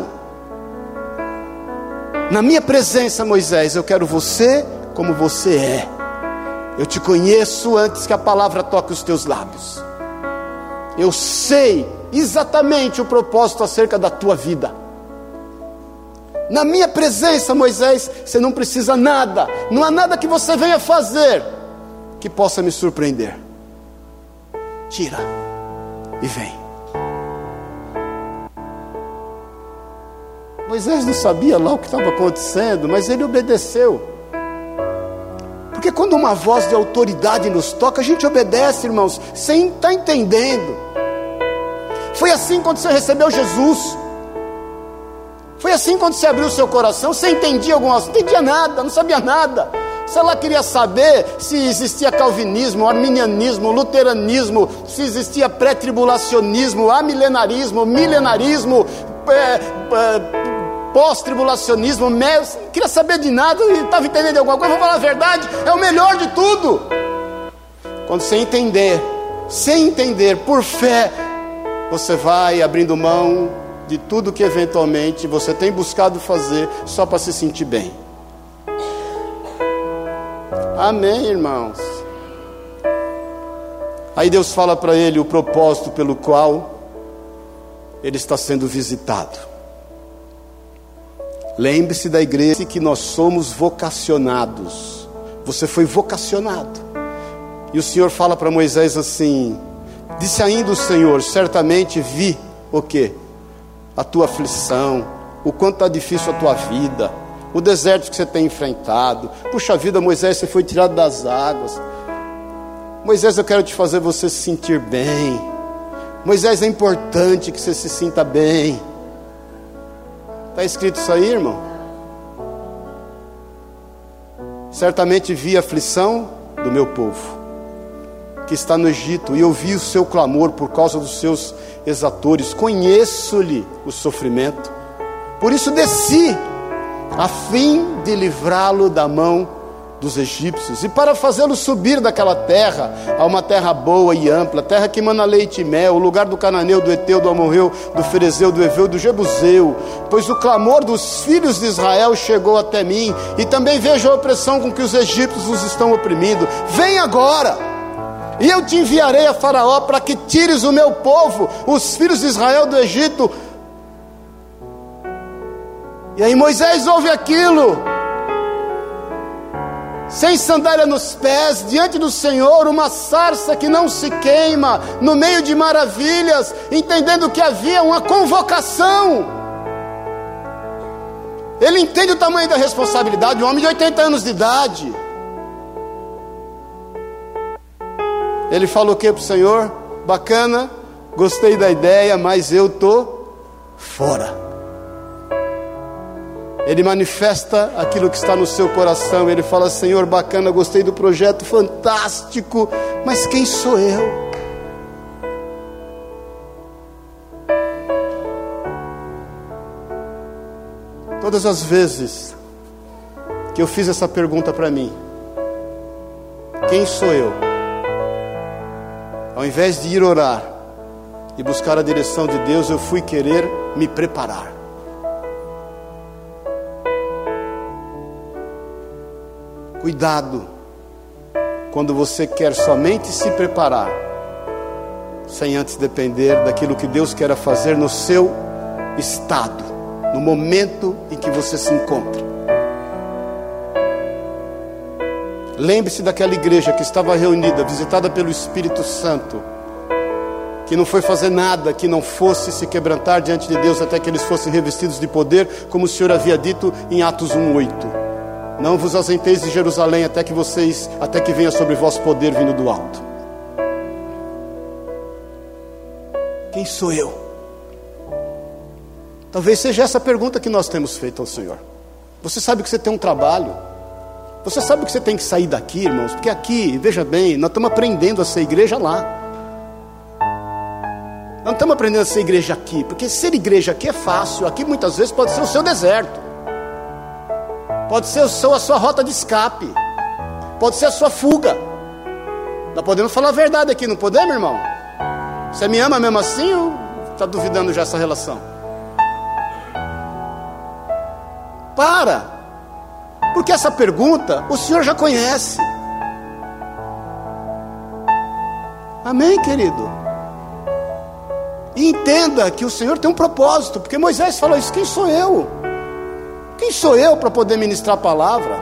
Na minha presença, Moisés, eu quero você como você é. Eu te conheço antes que a palavra toque os teus lábios. Eu sei exatamente o propósito acerca da tua vida. Na minha presença, Moisés, você não precisa nada. Não há nada que você venha fazer que possa me surpreender. Tira e vem. Moisés não sabia lá o que estava acontecendo, mas ele obedeceu. Porque quando uma voz de autoridade nos toca, a gente obedece, irmãos, sem estar entendendo. Foi assim quando você recebeu Jesus. Foi assim quando você abriu o seu coração. Você entendia alguma coisa? Não entendia nada, não sabia nada. Você lá queria saber se existia calvinismo, arminianismo, luteranismo, se existia pré-tribulacionismo, amilenarismo, milenarismo, é, é, pós-tribulacionismo. Não queria saber de nada e estava entendendo alguma coisa. Vou falar a verdade, é o melhor de tudo. Quando você entender, sem entender, por fé, você vai abrindo mão de tudo que eventualmente você tem buscado fazer só para se sentir bem. Amém, irmãos? Aí Deus fala para ele o propósito pelo qual ele está sendo visitado. Lembre-se da igreja que nós somos vocacionados. Você foi vocacionado. E o Senhor fala para Moisés assim: disse ainda o Senhor, certamente vi o quê? A tua aflição, o quanto está difícil a tua vida, o deserto que você tem enfrentado. Puxa vida, Moisés, você foi tirado das águas. Moisés, eu quero te fazer você se sentir bem. Moisés, é importante que você se sinta bem. Está escrito isso aí, irmão? Certamente vi a aflição do meu povo que está no Egito, e ouvi o seu clamor por causa dos seus exatores. Conheço-lhe o sofrimento, por isso desci, a fim de livrá-lo da mão dos egípcios, e para fazê-los subir daquela terra a uma terra boa e ampla, terra que mana leite e mel, o lugar do cananeu, do eteu, do amorreu, do ferezeu, do eveu, do jebuseu, pois o clamor dos filhos de Israel chegou até mim, e também vejo a opressão com que os egípcios os estão oprimindo. Vem agora, e eu te enviarei a Faraó para que tires o meu povo, os filhos de Israel, do Egito. E aí Moisés ouve aquilo, sem sandália nos pés, diante do Senhor, uma sarça que não se queima, no meio de maravilhas, entendendo que havia uma convocação. Ele entende o tamanho da responsabilidade, um homem de oitenta anos de idade. Ele falou o que para o Senhor? Bacana, gostei da ideia, mas eu estou fora. Ele manifesta aquilo que está no seu coração. Ele fala: Senhor, bacana, gostei do projeto, fantástico, mas quem sou eu? Todas as vezes que eu fiz essa pergunta para mim, quem sou eu? Ao invés de ir orar e buscar a direção de Deus, eu fui querer me preparar. Cuidado quando você quer somente se preparar, sem antes depender daquilo que Deus quer fazer no seu estado, no momento em que você se encontra. Lembre-se daquela igreja que estava reunida, visitada pelo Espírito Santo, que não foi fazer nada que não fosse se quebrantar diante de Deus até que eles fossem revestidos de poder, como o Senhor havia dito em Atos um, oito. Não vos ausenteis de Jerusalém até que vocês, até que venha sobre vós poder vindo do alto. Quem sou eu? Talvez seja essa a pergunta que nós temos feito ao Senhor. Você sabe que você tem um trabalho? Você sabe que você tem que sair daqui, irmãos? Porque aqui, veja bem, nós estamos aprendendo a ser igreja lá. Nós não estamos aprendendo a ser igreja aqui, porque ser igreja aqui é fácil. Aqui muitas vezes pode ser o seu deserto, pode ser o seu, a sua rota de escape, pode ser a sua fuga. Nós podemos falar a verdade aqui, não podemos, irmão? Você me ama mesmo assim ou está duvidando já essa relação? Para, porque essa pergunta o Senhor já conhece. Amém, querido? E entenda que o Senhor tem um propósito, porque Moisés falou isso: quem sou eu? Quem sou eu para poder ministrar a palavra?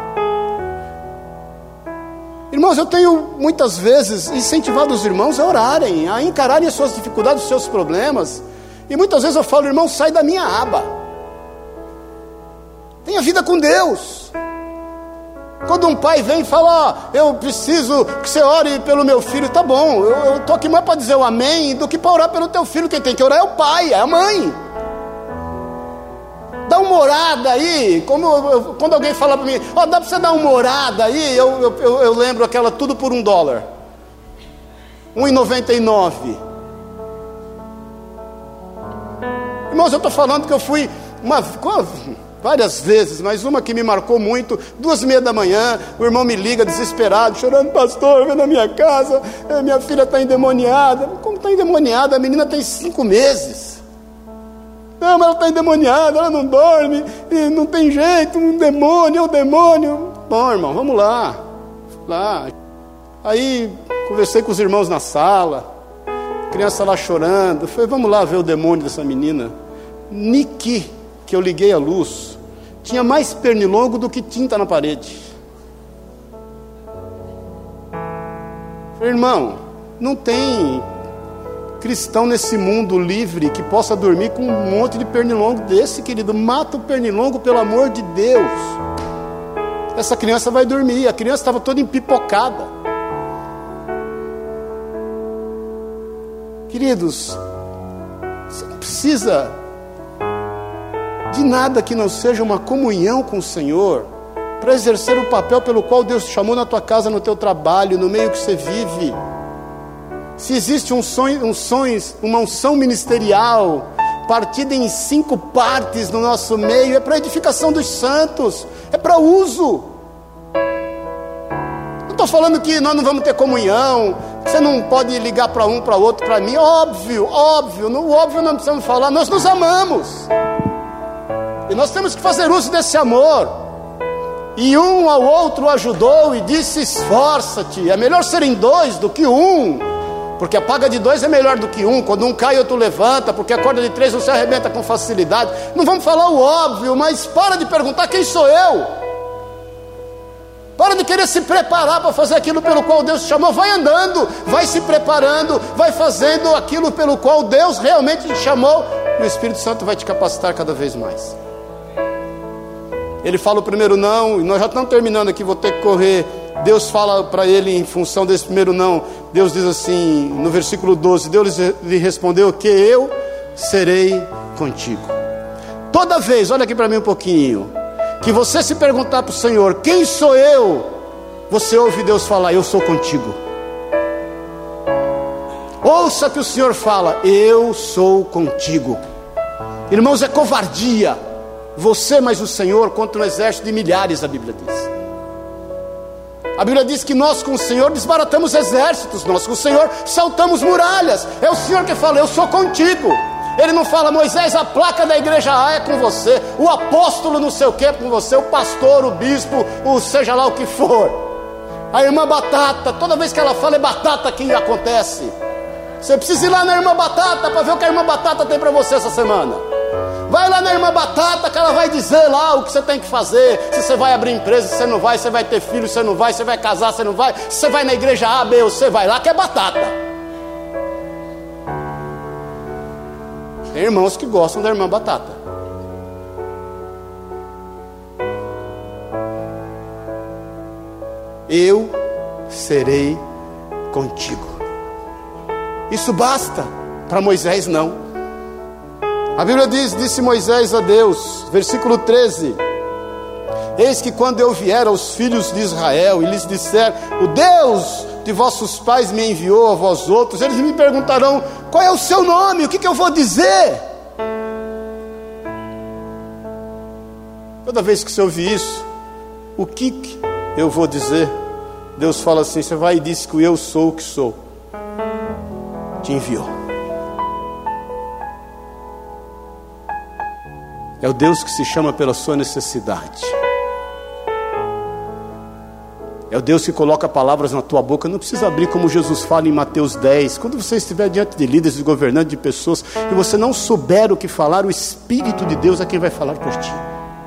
Irmãos, eu tenho muitas vezes incentivado os irmãos a orarem, a encararem as suas dificuldades, os seus problemas. E muitas vezes eu falo: irmão, sai da minha aba, tenha vida com Deus. Quando um pai vem e fala: ó, eu preciso que você ore pelo meu filho, tá bom, eu estou aqui mais para dizer o amém do que para orar pelo teu filho. Quem tem que orar é o pai, é a mãe. Dá uma orada aí, como eu, quando alguém fala para mim: ó, oh, dá para você dar uma orada aí, eu, eu, eu, eu lembro aquela tudo por um dólar, um real e noventa e nove. Irmãos, eu estou falando que eu fui uma, várias vezes, mas uma que me marcou muito: duas e meia da manhã, o irmão me liga desesperado, chorando: pastor, vem na minha casa, minha filha está endemoniada. Como está endemoniada? A menina tem cinco meses. Não, mas ela está endemoniada, ela não dorme, e não tem jeito, um demônio, é um demônio. Bom, irmão, vamos lá, lá. Aí conversei com os irmãos na sala, criança lá chorando. Falei: vamos lá ver o demônio dessa menina. Niki, que eu liguei a luz, tinha mais pernilongo do que tinta na parede. Falei: irmão, não tem cristão nesse mundo livre que possa dormir com um monte de pernilongo desse, querido. Mata o pernilongo, pelo amor de Deus. Essa criança vai dormir. A criança estava toda empipocada. Queridos, você não precisa de nada que não seja uma comunhão com o Senhor para exercer o papel pelo qual Deus te chamou na tua casa, no teu trabalho, no meio que você vive. Se existe um sonho, um sonho, uma unção ministerial partida em cinco partes no nosso meio, é para a edificação dos santos, é para uso. estou falando que nós não vamos ter comunhão, você não pode ligar para um, para outro, para mim. Óbvio, óbvio, no óbvio não precisamos falar, nós nos amamos. E nós temos que fazer uso desse amor. E um ao outro ajudou e disse: esforça-te, é melhor serem dois do que um, porque a paga de dois é melhor do que um. Quando um cai, outro levanta, porque a corda de três não se arrebenta com facilidade. Não vamos falar o óbvio, mas para de perguntar quem sou eu. Para de querer se preparar para fazer aquilo pelo qual Deus te chamou. Vai andando, vai se preparando, vai fazendo aquilo pelo qual Deus realmente te chamou, e o Espírito Santo vai te capacitar cada vez mais. Ele fala o primeiro não, e nós já estamos terminando aqui, vou ter que correr. Deus fala para ele em função desse primeiro não. Deus diz assim, no versículo doze, Deus lhe respondeu que eu serei contigo. Toda vez, olha aqui para mim um pouquinho, que você se perguntar para o Senhor, quem sou eu? Você ouve Deus falar, eu sou contigo. Ouça que o Senhor fala, eu sou contigo. Irmãos, é covardia você mais o Senhor contra um exército de milhares, a Bíblia diz. A Bíblia diz que nós com o Senhor desbaratamos exércitos, nós com o Senhor saltamos muralhas. É o Senhor que fala, eu sou contigo. Ele não fala, Moisés, a placa da igreja A é com você, o apóstolo não sei o que é com você, o pastor, o bispo, o seja lá o que for. A irmã Batata, toda vez que ela fala é batata que acontece. Você precisa ir lá na irmã Batata para ver o que a irmã Batata tem para você essa semana. Vai lá na irmã Batata que ela vai dizer lá o que você tem que fazer. Se você vai abrir empresa, se você não vai, se você vai ter filho, se você não vai, se você vai casar, se você não vai, se você vai na igreja A, B ou C, vai lá que é batata. Tem irmãos que gostam da irmã Batata. Eu serei contigo. Isso basta. Para Moisés não. A Bíblia diz, disse Moisés a Deus, versículo treze, eis que quando eu vier aos filhos de Israel e lhes disser, o Deus de vossos pais me enviou a vós outros, eles me perguntarão, qual é o seu nome? O que, que eu vou dizer? Toda vez que você ouvir isso, o que, que eu vou dizer? Deus fala assim, você vai e diz que o eu sou o que sou te enviou. É o Deus que se chama pela sua necessidade. É o Deus que coloca palavras na tua boca. Não precisa abrir como Jesus fala em Mateus dez. Quando você estiver diante de líderes, de governantes, de pessoas, e você não souber o que falar, o Espírito de Deus é quem vai falar por ti.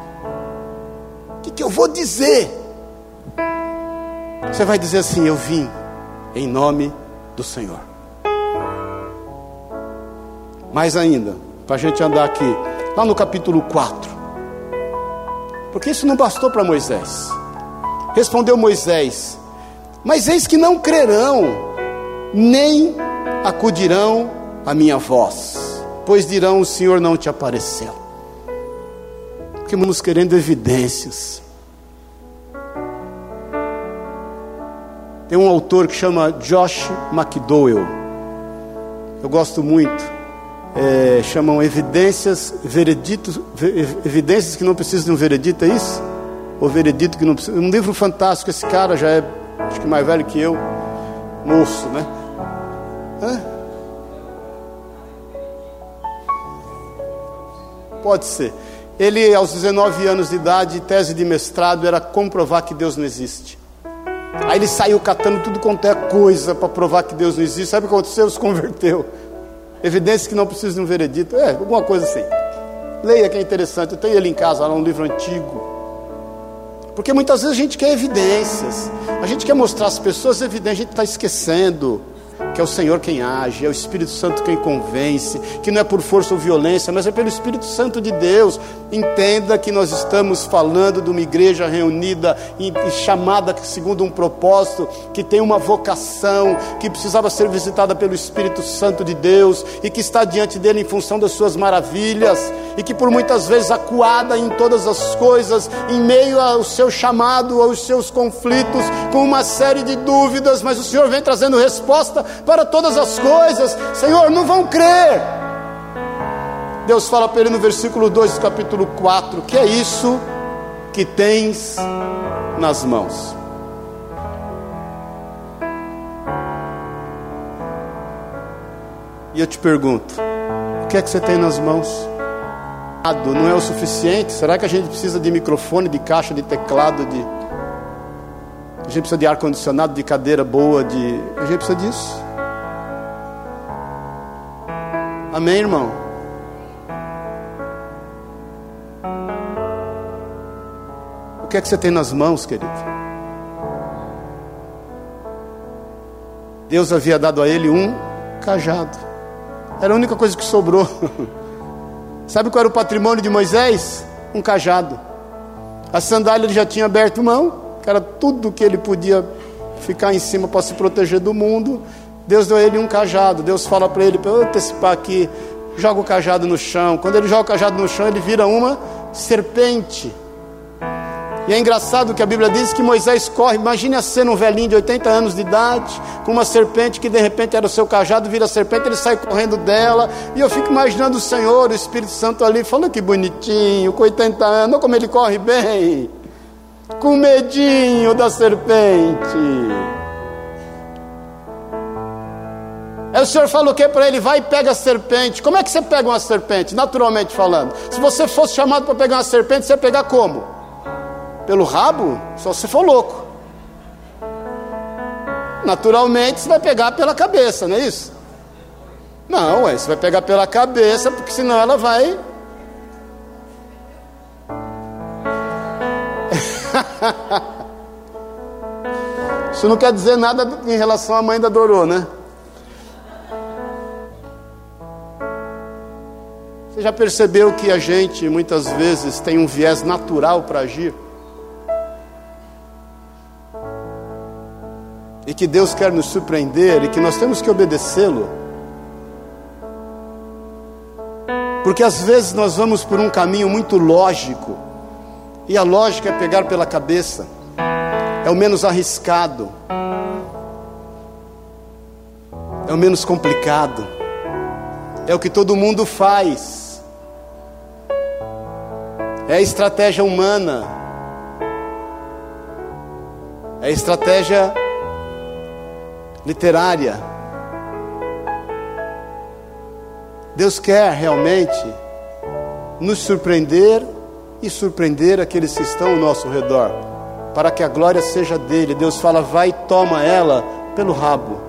O que, que eu vou dizer? Você vai dizer assim, eu vim em nome do Senhor. Mais ainda, para a gente andar aqui, lá no capítulo quatro, porque isso não bastou para Moisés. Respondeu Moisés, mas eis que não crerão, nem acudirão à minha voz, pois dirão, o Senhor não te apareceu. Porque vamos querendo evidências. Tem um autor que chama Josh McDowell, eu gosto muito. É, chamam evidências, vereditos, evidências que não precisam de um veredito, é isso? Ou veredito que não precisa. Um livro fantástico, esse cara já é, acho que mais velho que eu, moço, né? Hã? Pode ser. Ele, aos dezenove anos de idade, tese de mestrado, era comprovar que Deus não existe. Aí ele saiu catando tudo quanto é coisa para provar que Deus não existe. Sabe o que aconteceu? Se converteu. Evidências que não precisam de um veredito. É, alguma coisa assim. Leia que é interessante. Eu tenho ele em casa, lá um livro antigo. Porque muitas vezes a gente quer evidências. A gente quer mostrar às pessoas evidências. A gente está esquecendo que é o Senhor quem age, é o Espírito Santo quem convence, que não é por força ou violência, mas é pelo Espírito Santo de Deus. Entenda que nós estamos falando de uma igreja reunida e chamada segundo um propósito, que tem uma vocação, que precisava ser visitada pelo Espírito Santo de Deus, e que está diante dele em função das suas maravilhas, e que por muitas vezes acuada em todas as coisas, em meio ao seu chamado, aos seus conflitos, com uma série de dúvidas, mas o Senhor vem trazendo resposta para todas as coisas. Senhor, não vão crer. Deus fala para ele no versículo dois do capítulo quatro, que é isso que tens nas mãos. E eu te pergunto, o que é que você tem nas mãos? Não é o suficiente? Será que a gente precisa de microfone, de caixa, de teclado, de... a gente precisa de ar-condicionado, de cadeira boa, de... a gente precisa disso. Amém, irmão? O que é que você tem nas mãos, querido? Deus havia dado a ele um cajado. Era a única coisa que sobrou. Sabe qual era o patrimônio de Moisés? Um cajado. A sandália ele já tinha aberto mão, que era tudo que ele podia ficar em cima para se proteger do mundo. Deus deu a ele um cajado. Deus fala para ele, para eu antecipar aqui, joga o cajado no chão. Quando ele joga o cajado no chão, ele vira uma serpente. E é engraçado que a Bíblia diz que Moisés corre. Imagine a cena, um velhinho de oitenta anos de idade, com uma serpente que de repente era o seu cajado, vira serpente, ele sai correndo dela. E eu fico imaginando o Senhor, o Espírito Santo ali, falando que bonitinho, com oitenta anos, olha como ele corre bem, com medinho da serpente. Aí o Senhor falou o que para ele? Vai e pega a serpente. Como é que você pega uma serpente? Naturalmente falando, se você fosse chamado para pegar uma serpente, você ia pegar como? Pelo rabo? Só se for louco. Naturalmente você vai pegar pela cabeça, não é isso? Não, ué, você vai pegar pela cabeça, porque senão ela vai... Isso não quer dizer nada em relação à mãe da Dorô, né? Você já percebeu que a gente muitas vezes tem um viés natural para agir? E que Deus quer nos surpreender e que nós temos que obedecê-lo. Porque às vezes nós vamos por um caminho muito lógico, e a lógica é pegar pela cabeça, é o menos arriscado, é o menos complicado, é o que todo mundo faz, é a estratégia humana, é a estratégia literária. Deus quer realmente nos surpreender e surpreender aqueles que estão ao nosso redor, para que a glória seja dele. Deus fala, vai e toma ela pelo rabo.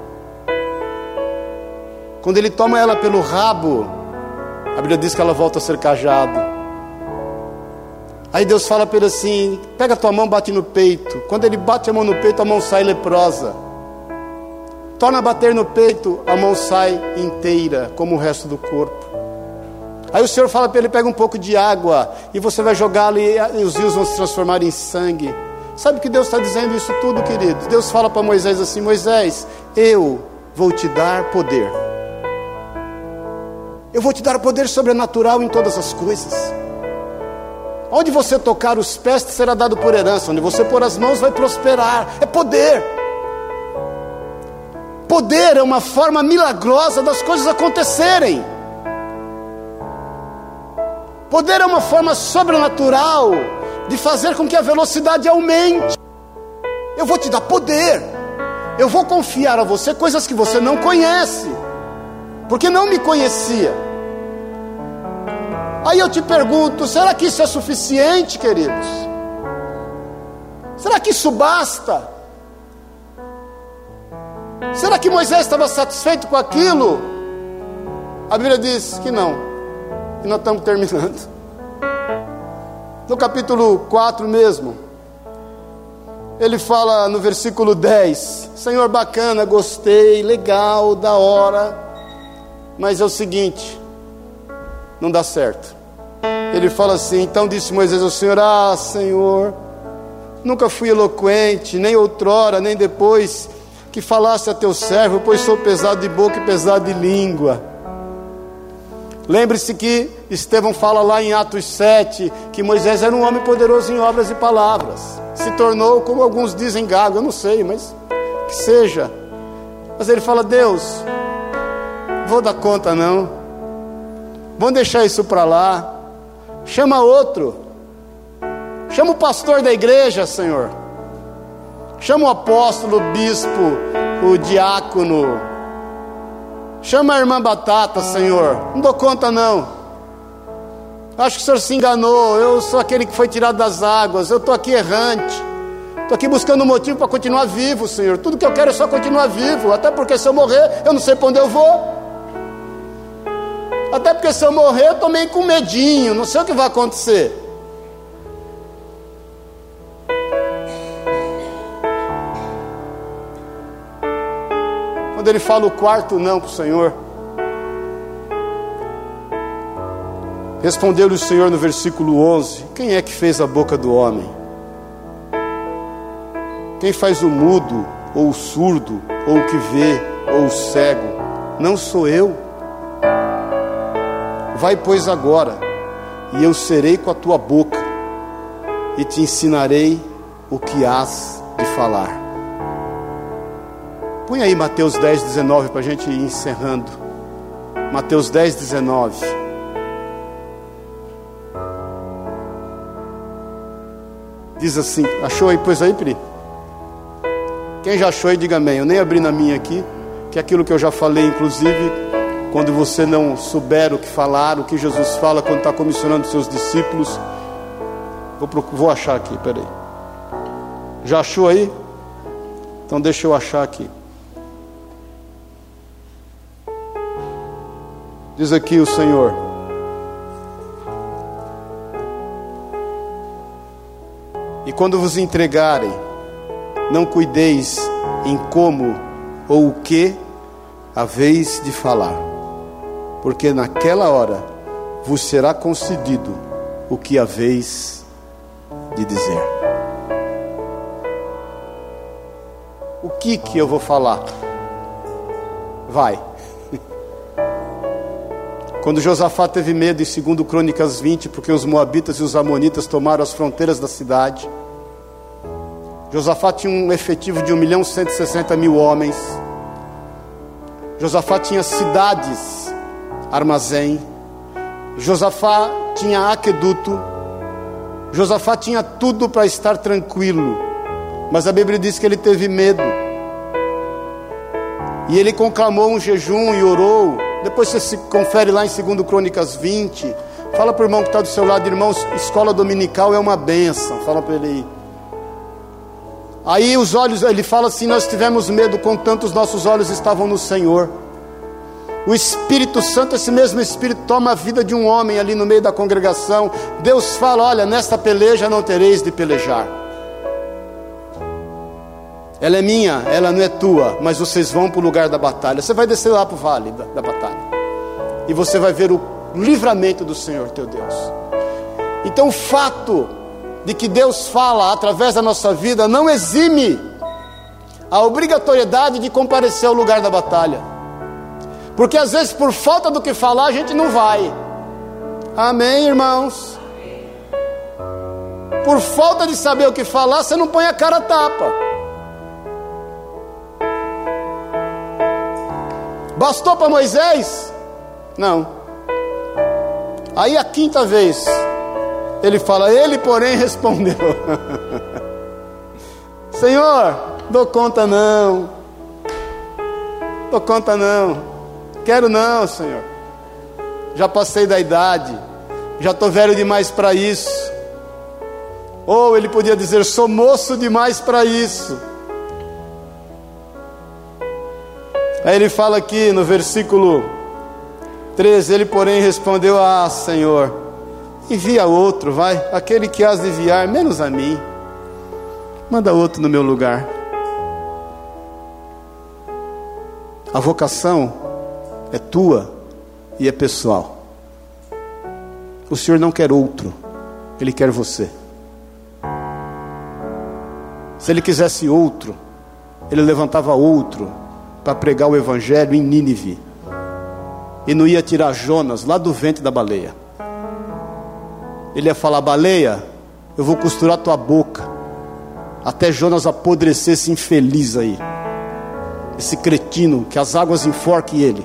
Quando ele toma ela pelo rabo, a Bíblia diz que ela volta a ser cajado. Aí Deus fala para ele assim, pega a tua mão, bate no peito. Quando ele bate a mão no peito, a mão sai leprosa. Torna a bater no peito, a mão sai inteira, como o resto do corpo. Aí o Senhor fala para ele, pega um pouco de água, e você vai jogá-lo, e os rios vão se transformar em sangue. Sabe que Deus está dizendo isso tudo, querido? Deus fala para Moisés assim, Moisés, eu vou te dar poder. Eu vou te dar poder sobrenatural em todas as coisas. Onde você tocar os pés, será dado por herança. Onde você pôr as mãos, vai prosperar. É poder. Poder é uma forma milagrosa das coisas acontecerem. Poder é uma forma sobrenatural de fazer com que a velocidade aumente. Eu vou te dar poder. Eu vou confiar a você coisas que você não conhece, porque não me conhecia. Aí eu te pergunto, será que isso é suficiente, queridos? Será que isso basta? Será que Moisés estava satisfeito com aquilo? A Bíblia diz que não. E nós estamos terminando. No capítulo quatro mesmo, ele fala no versículo dez, Senhor, bacana, gostei, legal, da hora, mas é o seguinte, não dá certo. Ele fala assim, então disse Moisés ao Senhor, ah Senhor, nunca fui eloquente, nem outrora, nem depois que falasse a teu servo, pois sou pesado de boca e pesado de língua. Lembre-se que Estevão fala lá em Atos sete, que Moisés era um homem poderoso em obras e palavras. Se tornou, como alguns dizem, gago, eu não sei, mas que seja. Mas ele fala, Deus, vou dar conta não. Vamos deixar isso para lá. Chama outro. Chama o pastor da igreja, Senhor. Chama o apóstolo, o bispo, o diácono. Chama a irmã Batata, Senhor. Não dou conta não. Acho que o Senhor se enganou. Eu sou aquele que foi tirado das águas. Eu estou aqui errante. Estou aqui buscando um motivo para continuar vivo, Senhor. Tudo que eu quero é só continuar vivo. Até porque se eu morrer, eu não sei para onde eu vou. Até porque se eu morrer, eu estou meio com medinho. Não sei o que vai acontecer. Quando ele fala o quarto não para o Senhor, respondeu-lhe o Senhor no versículo onze: quem é que fez a boca do homem? Quem faz o mudo, ou o surdo, ou o que vê, ou o cego? Não sou eu? Vai, pois, agora, e eu serei com a tua boca, e te ensinarei o que hás de falar. Põe aí Mateus dez, dezenove, para a gente ir encerrando. Mateus dez, dezenove. Diz assim, achou aí? Pois aí, Pri? Quem já achou aí, diga amém. Eu nem abri na minha aqui, que é aquilo que eu já falei, inclusive, quando você não souber o que falar, o que Jesus fala quando está comissionando os seus discípulos. Vou, vou achar aqui, peraí. Já achou aí? Então deixa eu achar aqui. Diz aqui o Senhor: e quando vos entregarem, não cuideis em como ou o que haveis de falar, porque naquela hora vos será concedido o que haveis de dizer. O que que eu vou falar? Vai. Quando Josafá teve medo, em segundo Crônicas vinte, porque os moabitas e os amonitas tomaram as fronteiras da cidade, Josafá tinha um efetivo de um milhão cento e sessenta mil homens. Josafá tinha cidades, armazém. Josafá tinha aqueduto. Josafá tinha tudo para estar tranquilo. Mas a Bíblia diz que ele teve medo. E ele conclamou um jejum e orou. Depois você se confere lá em segundo Crônicas vinte. Fala para o irmão que está do seu lado: irmão, escola dominical é uma bênção. Fala para ele aí. Aí os olhos, ele fala assim: nós tivemos medo, contanto os nossos olhos estavam no Senhor. O Espírito Santo, esse mesmo Espírito, toma a vida de um homem ali no meio da congregação. Deus fala: olha, nesta peleja não tereis de pelejar. Ela é minha, ela não é tua, mas vocês vão para o lugar da batalha. Você vai descer lá para o vale da, da batalha, e você vai ver o livramento do Senhor teu Deus. Então o fato de que Deus fala através da nossa vida não exime a obrigatoriedade de comparecer ao lugar da batalha, porque às vezes por falta do que falar a gente não vai. Amém, irmãos? Por falta de saber o que falar, você não põe a cara a tapa. Bastou para Moisés? Não. Aí a quinta vez ele fala: ele porém respondeu: Senhor, dou conta não, dou conta não, quero não, Senhor, já passei da idade, já estou velho demais para isso. Ou ele podia dizer: sou moço demais para isso. Aí ele fala aqui no versículo treze: ele porém respondeu: ah, Senhor, envia outro, vai, aquele que has de enviar, menos a mim, manda outro no meu lugar. A vocação é tua e é pessoal. O Senhor não quer outro, Ele quer você. Se Ele quisesse outro, Ele levantava outro para pregar o Evangelho em Nínive, e não ia tirar Jonas lá do ventre da baleia. Ele ia falar: baleia, eu vou costurar tua boca até Jonas apodrecer, esse infeliz aí, esse cretino, que as águas enforquem ele.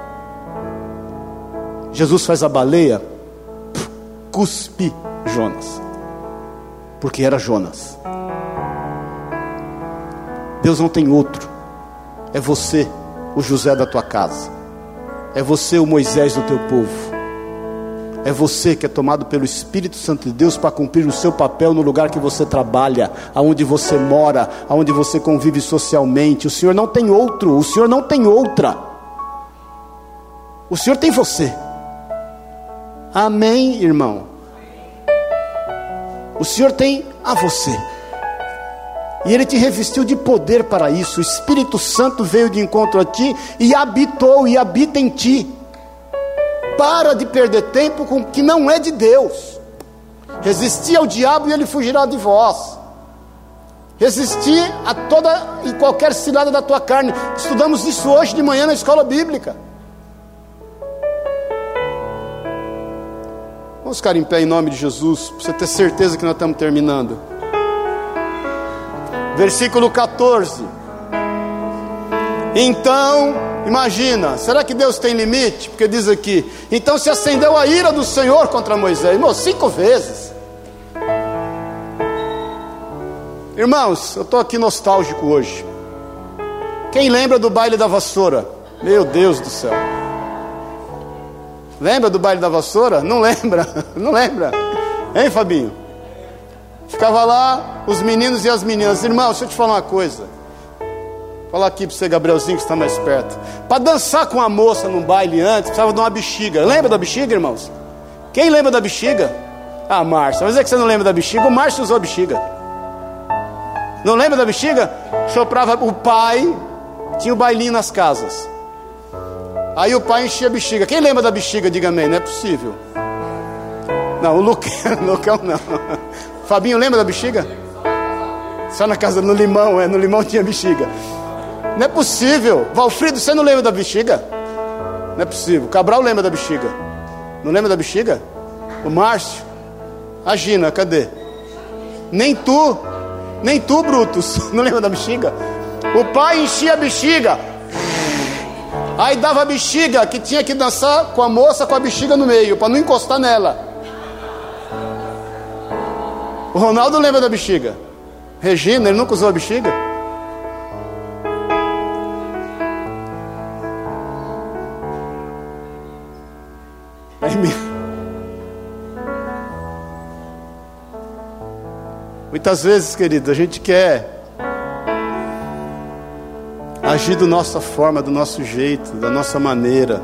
Jesus faz a baleia cuspe Jonas, porque era Jonas. Deus não tem outro, é você, o José da tua casa. É você o Moisés do teu povo. É você que é tomado pelo Espírito Santo de Deus para cumprir o seu papel no lugar que você trabalha, aonde você mora, aonde você convive socialmente. O Senhor não tem outro, o Senhor não tem outra. O Senhor tem você. Amém, irmão? O Senhor tem a você. E Ele te revestiu de poder para isso. O Espírito Santo veio de encontro a ti e habitou e habita em ti. Para de perder tempo com o que não é de Deus. Resistir ao diabo e ele fugirá de vós. Resistir a toda e qualquer cilada da tua carne. Estudamos isso hoje de manhã na escola bíblica. Vamos ficar em pé em nome de Jesus, para você ter certeza que nós estamos terminando. Versículo catorze. Então, imagina, será que Deus tem limite? Porque diz aqui, então se acendeu a ira do Senhor contra Moisés. Irmão, cinco vezes. Irmãos, eu estou aqui nostálgico hoje. Quem lembra do baile da vassoura? Meu Deus do céu. Lembra do baile da vassoura? Não lembra, não lembra. Hein, Fabinho? Ficava lá os meninos e as meninas. Irmão, deixa eu te falar uma coisa. Vou falar aqui para você, Gabrielzinho, que está mais perto. Para dançar com a moça num baile antes, precisava de uma bexiga. Lembra da bexiga, irmãos? Quem lembra da bexiga? Ah, Márcio. Mas é que você não lembra da bexiga? O Márcio usou a bexiga. Não lembra da bexiga? Soprava o pai, tinha o bailinho nas casas. Aí o pai enchia a bexiga. Quem lembra da bexiga? Diga amém. Não é possível. Não, o Lucão, Lucão não. Fabinho, lembra da bexiga? Só na casa, no Limão, é, no Limão tinha bexiga. Não é possível. Valfrido, você não lembra da bexiga? Não é possível. Cabral lembra da bexiga. Não lembra da bexiga? O Márcio? A Gina, cadê? Nem tu, nem tu, Brutus, não lembra da bexiga? O pai enchia a bexiga. Aí dava a bexiga, que tinha que dançar com a moça com a bexiga no meio, para não encostar nela. O Ronaldo lembra da bexiga. Regina, ele nunca usou a bexiga? Muitas vezes, querido, a gente quer agir da nossa forma, do nosso jeito, da nossa maneira.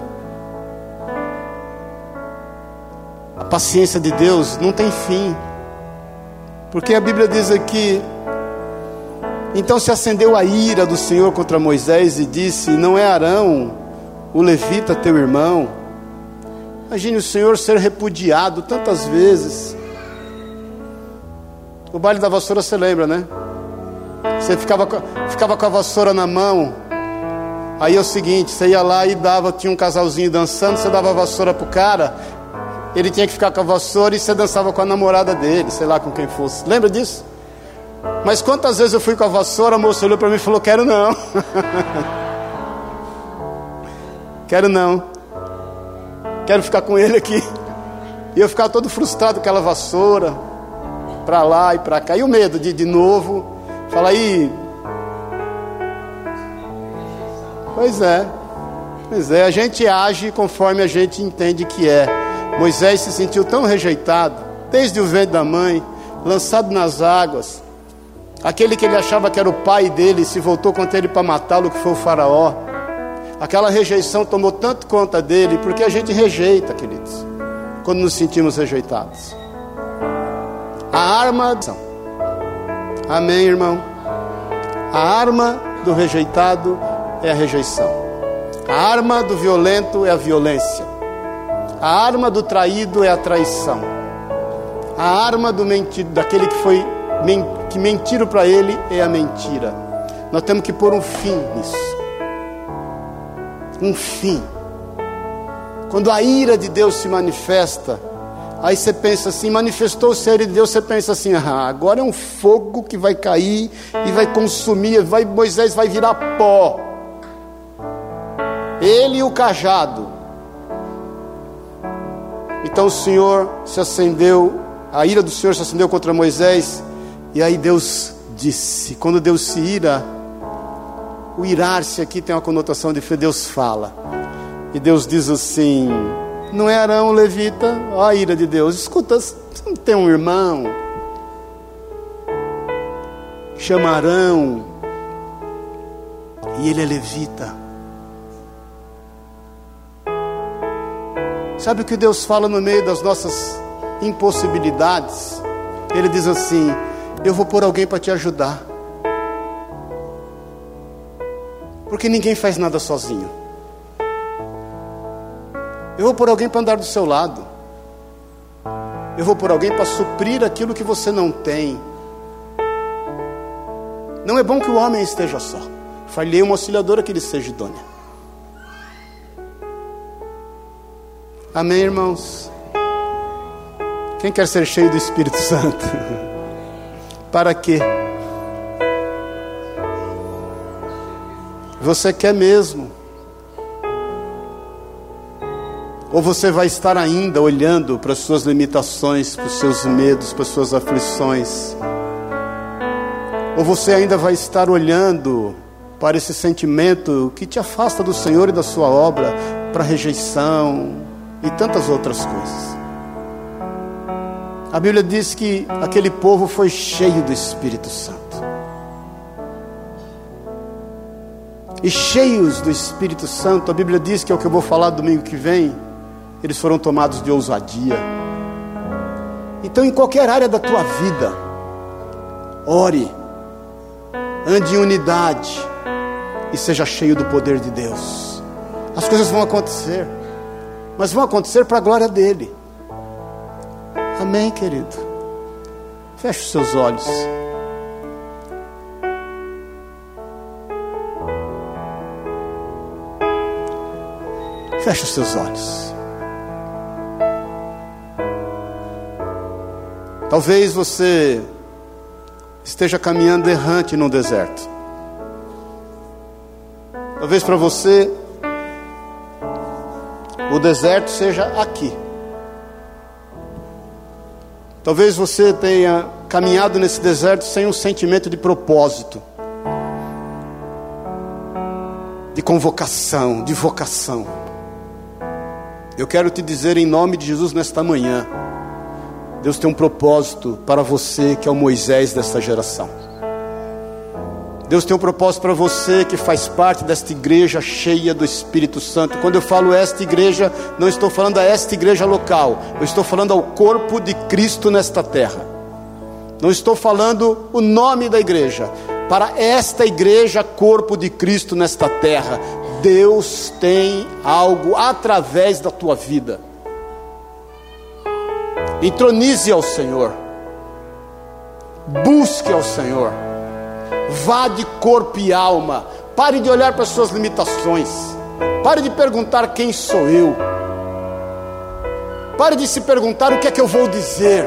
A paciência de Deus não tem fim. Porque a Bíblia diz aqui: então se acendeu a ira do Senhor contra Moisés e disse: não é Arão, o levita teu irmão? Imagine o Senhor ser repudiado tantas vezes. O baile da vassoura, você lembra, né? Você ficava, ficava com a vassoura na mão. Aí é o seguinte, você ia lá e dava, tinha um casalzinho dançando, você dava a vassoura pro cara, ele tinha que ficar com a vassoura e você dançava com a namorada dele, sei lá com quem fosse. Lembra disso? Mas quantas vezes eu fui com a vassoura, a moça olhou para mim e falou: quero não. Quero não. Quero ficar com ele aqui. E eu ficava todo frustrado com aquela vassoura, para lá e para cá. E o medo de de novo falar aí. Pois é. Pois é, a gente age conforme a gente entende que é. Moisés se sentiu tão rejeitado, desde o ventre da mãe, lançado nas águas. Aquele que ele achava que era o pai dele se voltou contra ele para matá-lo, que foi o faraó. Aquela rejeição tomou tanto conta dele, porque a gente rejeita, queridos, quando nos sentimos rejeitados. A arma, amém, irmão? A arma do rejeitado é a rejeição. A arma do violento é a violência. A arma do traído é a traição. A arma do mentido, daquele que foi que mentiram para ele, é a mentira. Nós temos que pôr um fim nisso. Um fim. Quando a ira de Deus se manifesta, aí você pensa assim, manifestou-se a ira de Deus, você pensa assim: ah, agora é um fogo que vai cair e vai consumir, vai, Moisés vai virar pó. Ele e o cajado. Então o Senhor se acendeu, a ira do Senhor se acendeu contra Moisés. E aí Deus disse, quando Deus se ira, o irar-se aqui tem uma conotação de que Deus fala. E Deus diz assim: não é Arão o levita? Ó a ira de Deus. Escuta, você não tem um irmão? Chama Arão, e ele é levita. Sabe o que Deus fala no meio das nossas impossibilidades? Ele diz assim: eu vou pôr alguém para te ajudar. Porque ninguém faz nada sozinho. Eu vou pôr alguém para andar do seu lado. Eu vou pôr alguém para suprir aquilo que você não tem. Não é bom que o homem esteja só. Falhei uma auxiliadora que lhe seja idônea. Amém, irmãos? Quem quer ser cheio do Espírito Santo? Para quê? Você quer mesmo? Ou você vai estar ainda olhando para as suas limitações, para os seus medos, para as suas aflições? Ou você ainda vai estar olhando para esse sentimento que te afasta do Senhor e da sua obra, para rejeição e tantas outras coisas? A Bíblia diz que aquele povo foi cheio do Espírito Santo. E cheios do Espírito Santo, a Bíblia diz, que é o que eu vou falar domingo que vem, eles foram tomados de ousadia. Então, em qualquer área da tua vida, ore, ande em unidade e seja cheio do poder de Deus. As coisas vão acontecer, mas vão acontecer para a glória dele. Amém, querido? Feche os seus olhos. Feche os seus olhos. Talvez você esteja caminhando errante no deserto. Talvez para você o deserto seja aqui. Talvez você tenha caminhado nesse deserto sem um sentimento de propósito, de convocação, de vocação. Eu quero te dizer em nome de Jesus nesta manhã: Deus tem um propósito para você que é o Moisés desta geração. Deus tem um propósito para você que faz parte desta igreja cheia do Espírito Santo. Quando eu falo esta igreja, não estou falando a esta igreja local, eu estou falando ao corpo de Cristo nesta terra. Não estou falando o nome da igreja. Para esta igreja, corpo de Cristo nesta terra, Deus tem algo através da tua vida. Entronize ao Senhor, busque ao Senhor, vá de corpo e alma. Pare de olhar para as suas limitações, pare de perguntar quem sou eu, pare de se perguntar o que é que eu vou dizer,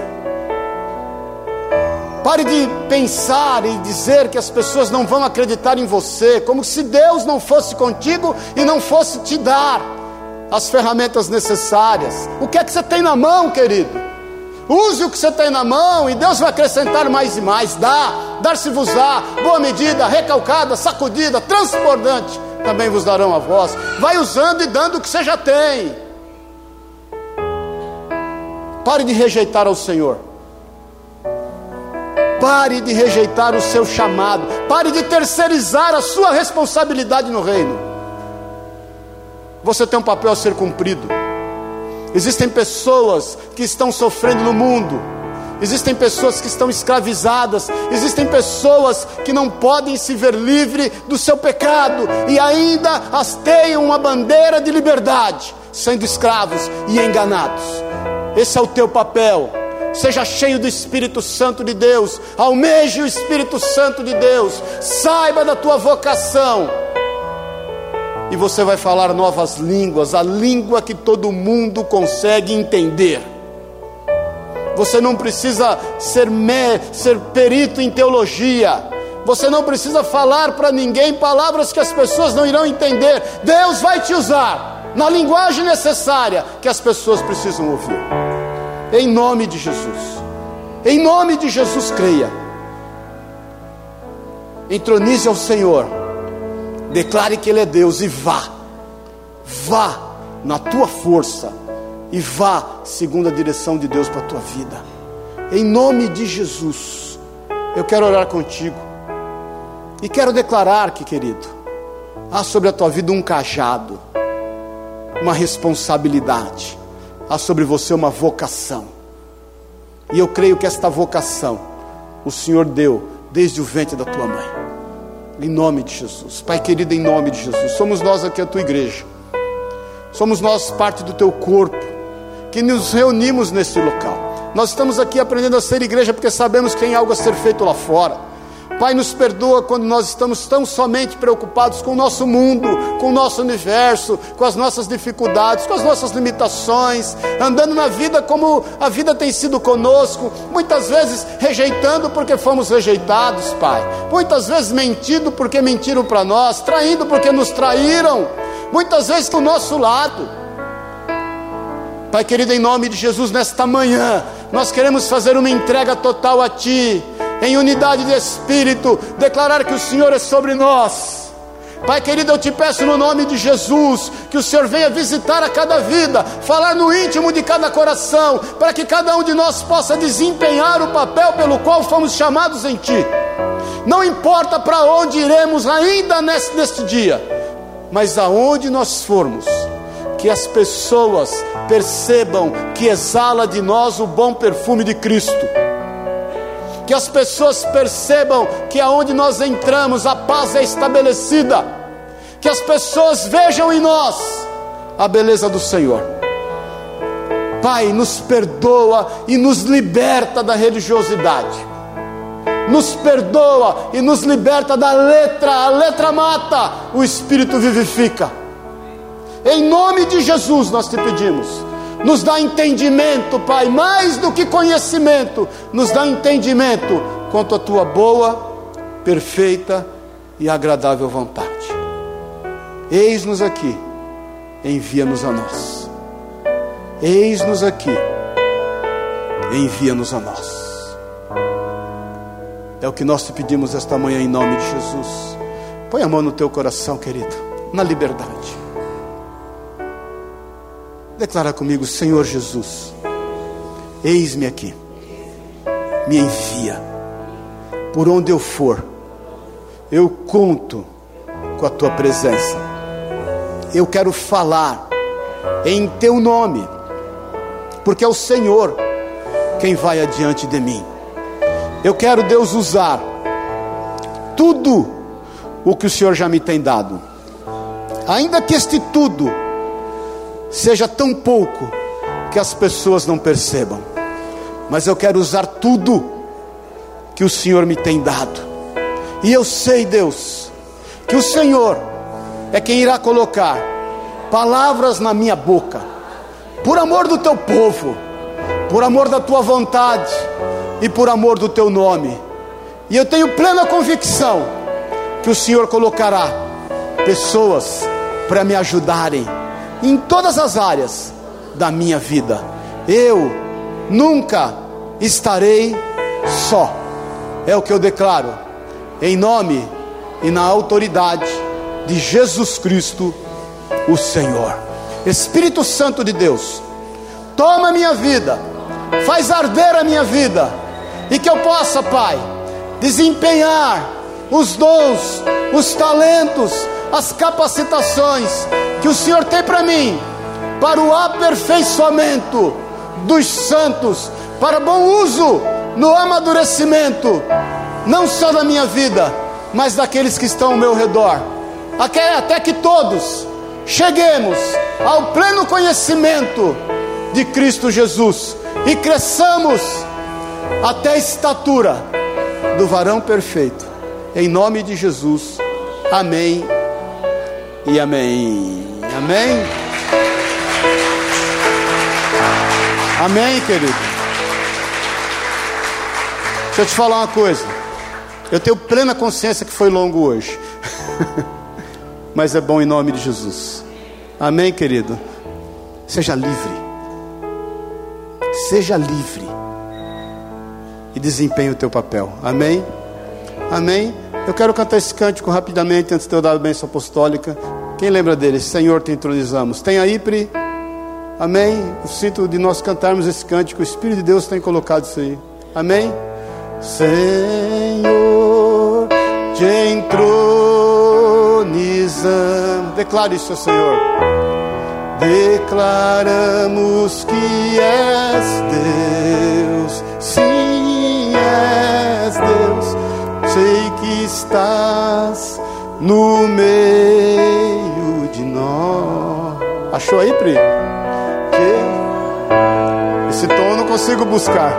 pare de pensar e dizer que as pessoas não vão acreditar em você, como se Deus não fosse contigo e não fosse te dar as ferramentas necessárias. O que é que você tem na mão, querido? Use o que você tem na mão e Deus vai acrescentar mais e mais. Dá, dar-se-vos-á, boa medida, recalcada, sacudida, transbordante, também vos darão a vós. Vai usando e dando o que você já tem. Pare de rejeitar ao Senhor. Pare de rejeitar o seu chamado. Pare de terceirizar a sua responsabilidade no reino. Você tem um papel a ser cumprido. Existem pessoas que estão sofrendo no mundo. Existem pessoas que estão escravizadas. Existem pessoas que não podem se ver livre do seu pecado e ainda hasteiam uma bandeira de liberdade, sendo escravos e enganados. Esse é o teu papel. Seja cheio do Espírito Santo de Deus. Almeje o Espírito Santo de Deus. Saiba da tua vocação. E você vai falar novas línguas, a língua que todo mundo consegue entender. Você não precisa ser, me, ser perito em teologia. Você não precisa falar para ninguém palavras que as pessoas não irão entender. Deus vai te usar na linguagem necessária que as pessoas precisam ouvir. Em nome de Jesus. Em nome de Jesus, creia. Entronize ao Senhor. Declare que Ele é Deus e vá. Vá. na tua força e vá segundo a direção de Deus para a tua vida. Em nome de Jesus, eu quero orar contigo e quero declarar que, querido, há sobre a tua vida um cajado, uma responsabilidade, há sobre você uma vocação, e eu creio que esta vocação o Senhor deu desde o ventre da tua mãe, em nome de Jesus. Pai querido, em nome de Jesus, somos nós aqui a tua igreja, somos nós parte do teu corpo, que nos reunimos nesse local. Nós estamos aqui aprendendo a ser igreja porque sabemos que tem algo a ser feito lá fora. Pai, nos perdoa quando nós estamos tão somente preocupados com o nosso mundo, com o nosso universo, com as nossas dificuldades, com as nossas limitações, andando na vida como a vida tem sido conosco, muitas vezes rejeitando porque fomos rejeitados, Pai, muitas vezes mentindo porque mentiram para nós, traindo porque nos traíram, muitas vezes do nosso lado. Pai querido, em nome de Jesus, nesta manhã nós queremos fazer uma entrega total a Ti, em unidade de espírito, declarar que o Senhor é sobre nós. Pai querido, eu te peço no nome de Jesus, que o Senhor venha visitar a cada vida, falar no íntimo de cada coração, para que cada um de nós possa desempenhar o papel pelo qual fomos chamados em Ti. Não importa para onde iremos ainda neste, neste dia, mas aonde nós formos, que as pessoas percebam que exala de nós o bom perfume de Cristo, que as pessoas percebam que aonde nós entramos a paz é estabelecida, que as pessoas vejam em nós a beleza do Senhor. Pai, nos perdoa e nos liberta da religiosidade, nos perdoa e nos liberta da letra. A letra mata, o Espírito vivifica. Em nome de Jesus nós te pedimos, nos dá entendimento, Pai, mais do que conhecimento, nos dá entendimento quanto à Tua boa, perfeita e agradável vontade. Eis-nos aqui, envia-nos a nós. Eis-nos aqui, envia-nos a nós. É o que nós te pedimos esta manhã em nome de Jesus. Põe a mão no teu coração, querido, na liberdade. Declara comigo: Senhor Jesus, eis-me aqui, me envia, por onde eu for, eu conto com a Tua presença, eu quero falar em Teu nome, porque é o Senhor quem vai adiante de mim. Eu quero, Deus, usar tudo o que o Senhor já me tem dado, ainda que este tudo seja tão pouco que as pessoas não percebam, mas eu quero usar tudo que o Senhor me tem dado. E eu sei, Deus, que o Senhor é quem irá colocar palavras na minha boca, por amor do Teu povo, por amor da Tua vontade e por amor do Teu nome. E eu tenho plena convicção que o Senhor colocará pessoas para me ajudarem em todas as áreas da minha vida. Eu nunca estarei só, é o que eu declaro, em nome e na autoridade de Jesus Cristo, o Senhor. Espírito Santo de Deus, toma a minha vida, faz arder a minha vida, e que eu possa, Pai, desempenhar os dons, os talentos, as capacitações que o Senhor tem para mim, para o aperfeiçoamento dos santos, para bom uso no amadurecimento, não só da minha vida, mas daqueles que estão ao meu redor, até, até que todos cheguemos ao pleno conhecimento de Cristo Jesus e cresçamos até a estatura do varão perfeito, em nome de Jesus. Amém e amém. Amém. Amém, querido. Deixa eu te falar uma coisa. Eu tenho plena consciência que foi longo hoje, mas é bom em nome de Jesus. Amém, querido. Seja livre. Seja livre e desempenhe o teu papel. Amém. Amém. Eu quero cantar esse cântico rapidamente antes de eu dar a bênção apostólica. Quem lembra dele? Senhor, te entronizamos. Tem aí, Pri? Amém? Eu sinto de nós cantarmos esse cântico. O Espírito de Deus tem colocado isso aí. Amém? Senhor, te entronizamos. Declare isso ao Senhor. Declaramos que és Deus. Sim, és Deus. Sei que estás no meio de nós. Achou aí, Pri? Que? Esse tom eu não consigo buscar.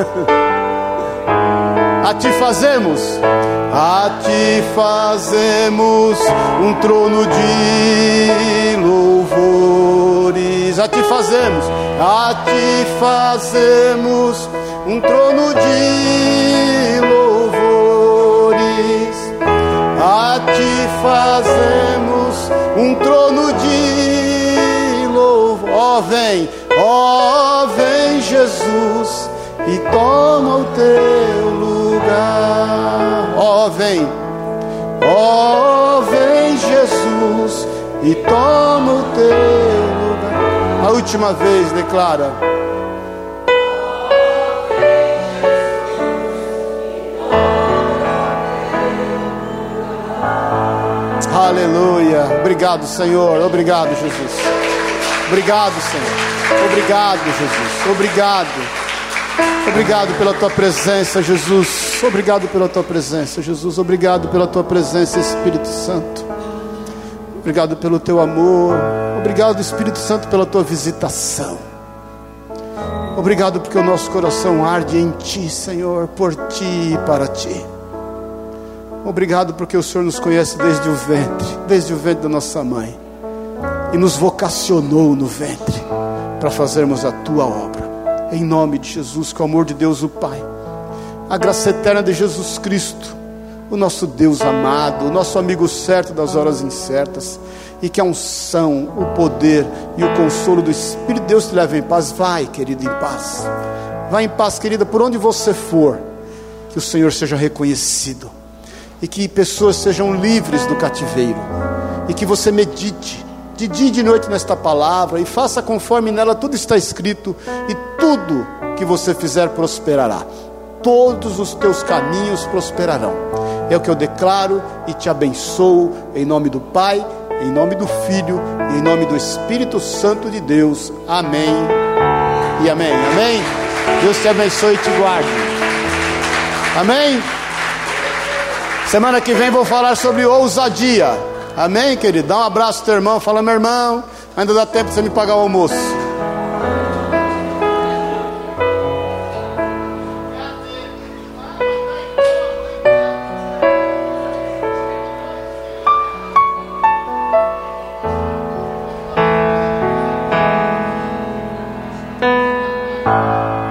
A ti fazemos, a ti fazemos um trono de louvores. A ti fazemos, a ti fazemos um trono de louvores. A ti fazemos um trono de louvor. Ó, oh, vem, ó, oh, vem Jesus e toma o teu lugar. Ó, oh, vem, ó, oh, vem Jesus e toma o teu lugar. A última vez, declara. Aleluia. Obrigado, Senhor. Obrigado, Jesus. Obrigado, Senhor. Obrigado, Jesus. Obrigado. Obrigado pela tua presença, Jesus. Obrigado pela tua presença, Jesus. Obrigado pela tua presença, Espírito Santo. Obrigado pelo teu amor. Obrigado, Espírito Santo, pela tua visitação. Obrigado porque o nosso coração arde em ti, Senhor, por ti e para ti. Obrigado porque o Senhor nos conhece desde o ventre, desde o ventre da nossa mãe, e nos vocacionou no ventre para fazermos a tua obra. Em nome de Jesus, com o amor de Deus o Pai, a graça eterna de Jesus Cristo, o nosso Deus amado, o nosso amigo certo das horas incertas, e que a unção, o poder e o consolo do Espírito de Deus te leve em paz. Vai, querido, em paz. Vai em paz, querida, por onde você for, que o Senhor seja reconhecido, e que pessoas sejam livres do cativeiro, e que você medite de dia e de noite nesta palavra, e faça conforme nela tudo está escrito, e tudo que você fizer prosperará. Todos os teus caminhos prosperarão. É o que eu declaro e te abençoo, em nome do Pai, em nome do Filho e em nome do Espírito Santo de Deus. Amém e amém. Amém. Deus te abençoe e te guarde. Amém. Semana que vem vou falar sobre ousadia. Amém, querido? Dá um abraço ao teu irmão. Fala, meu irmão, ainda dá tempo de você me pagar o almoço. Thank you.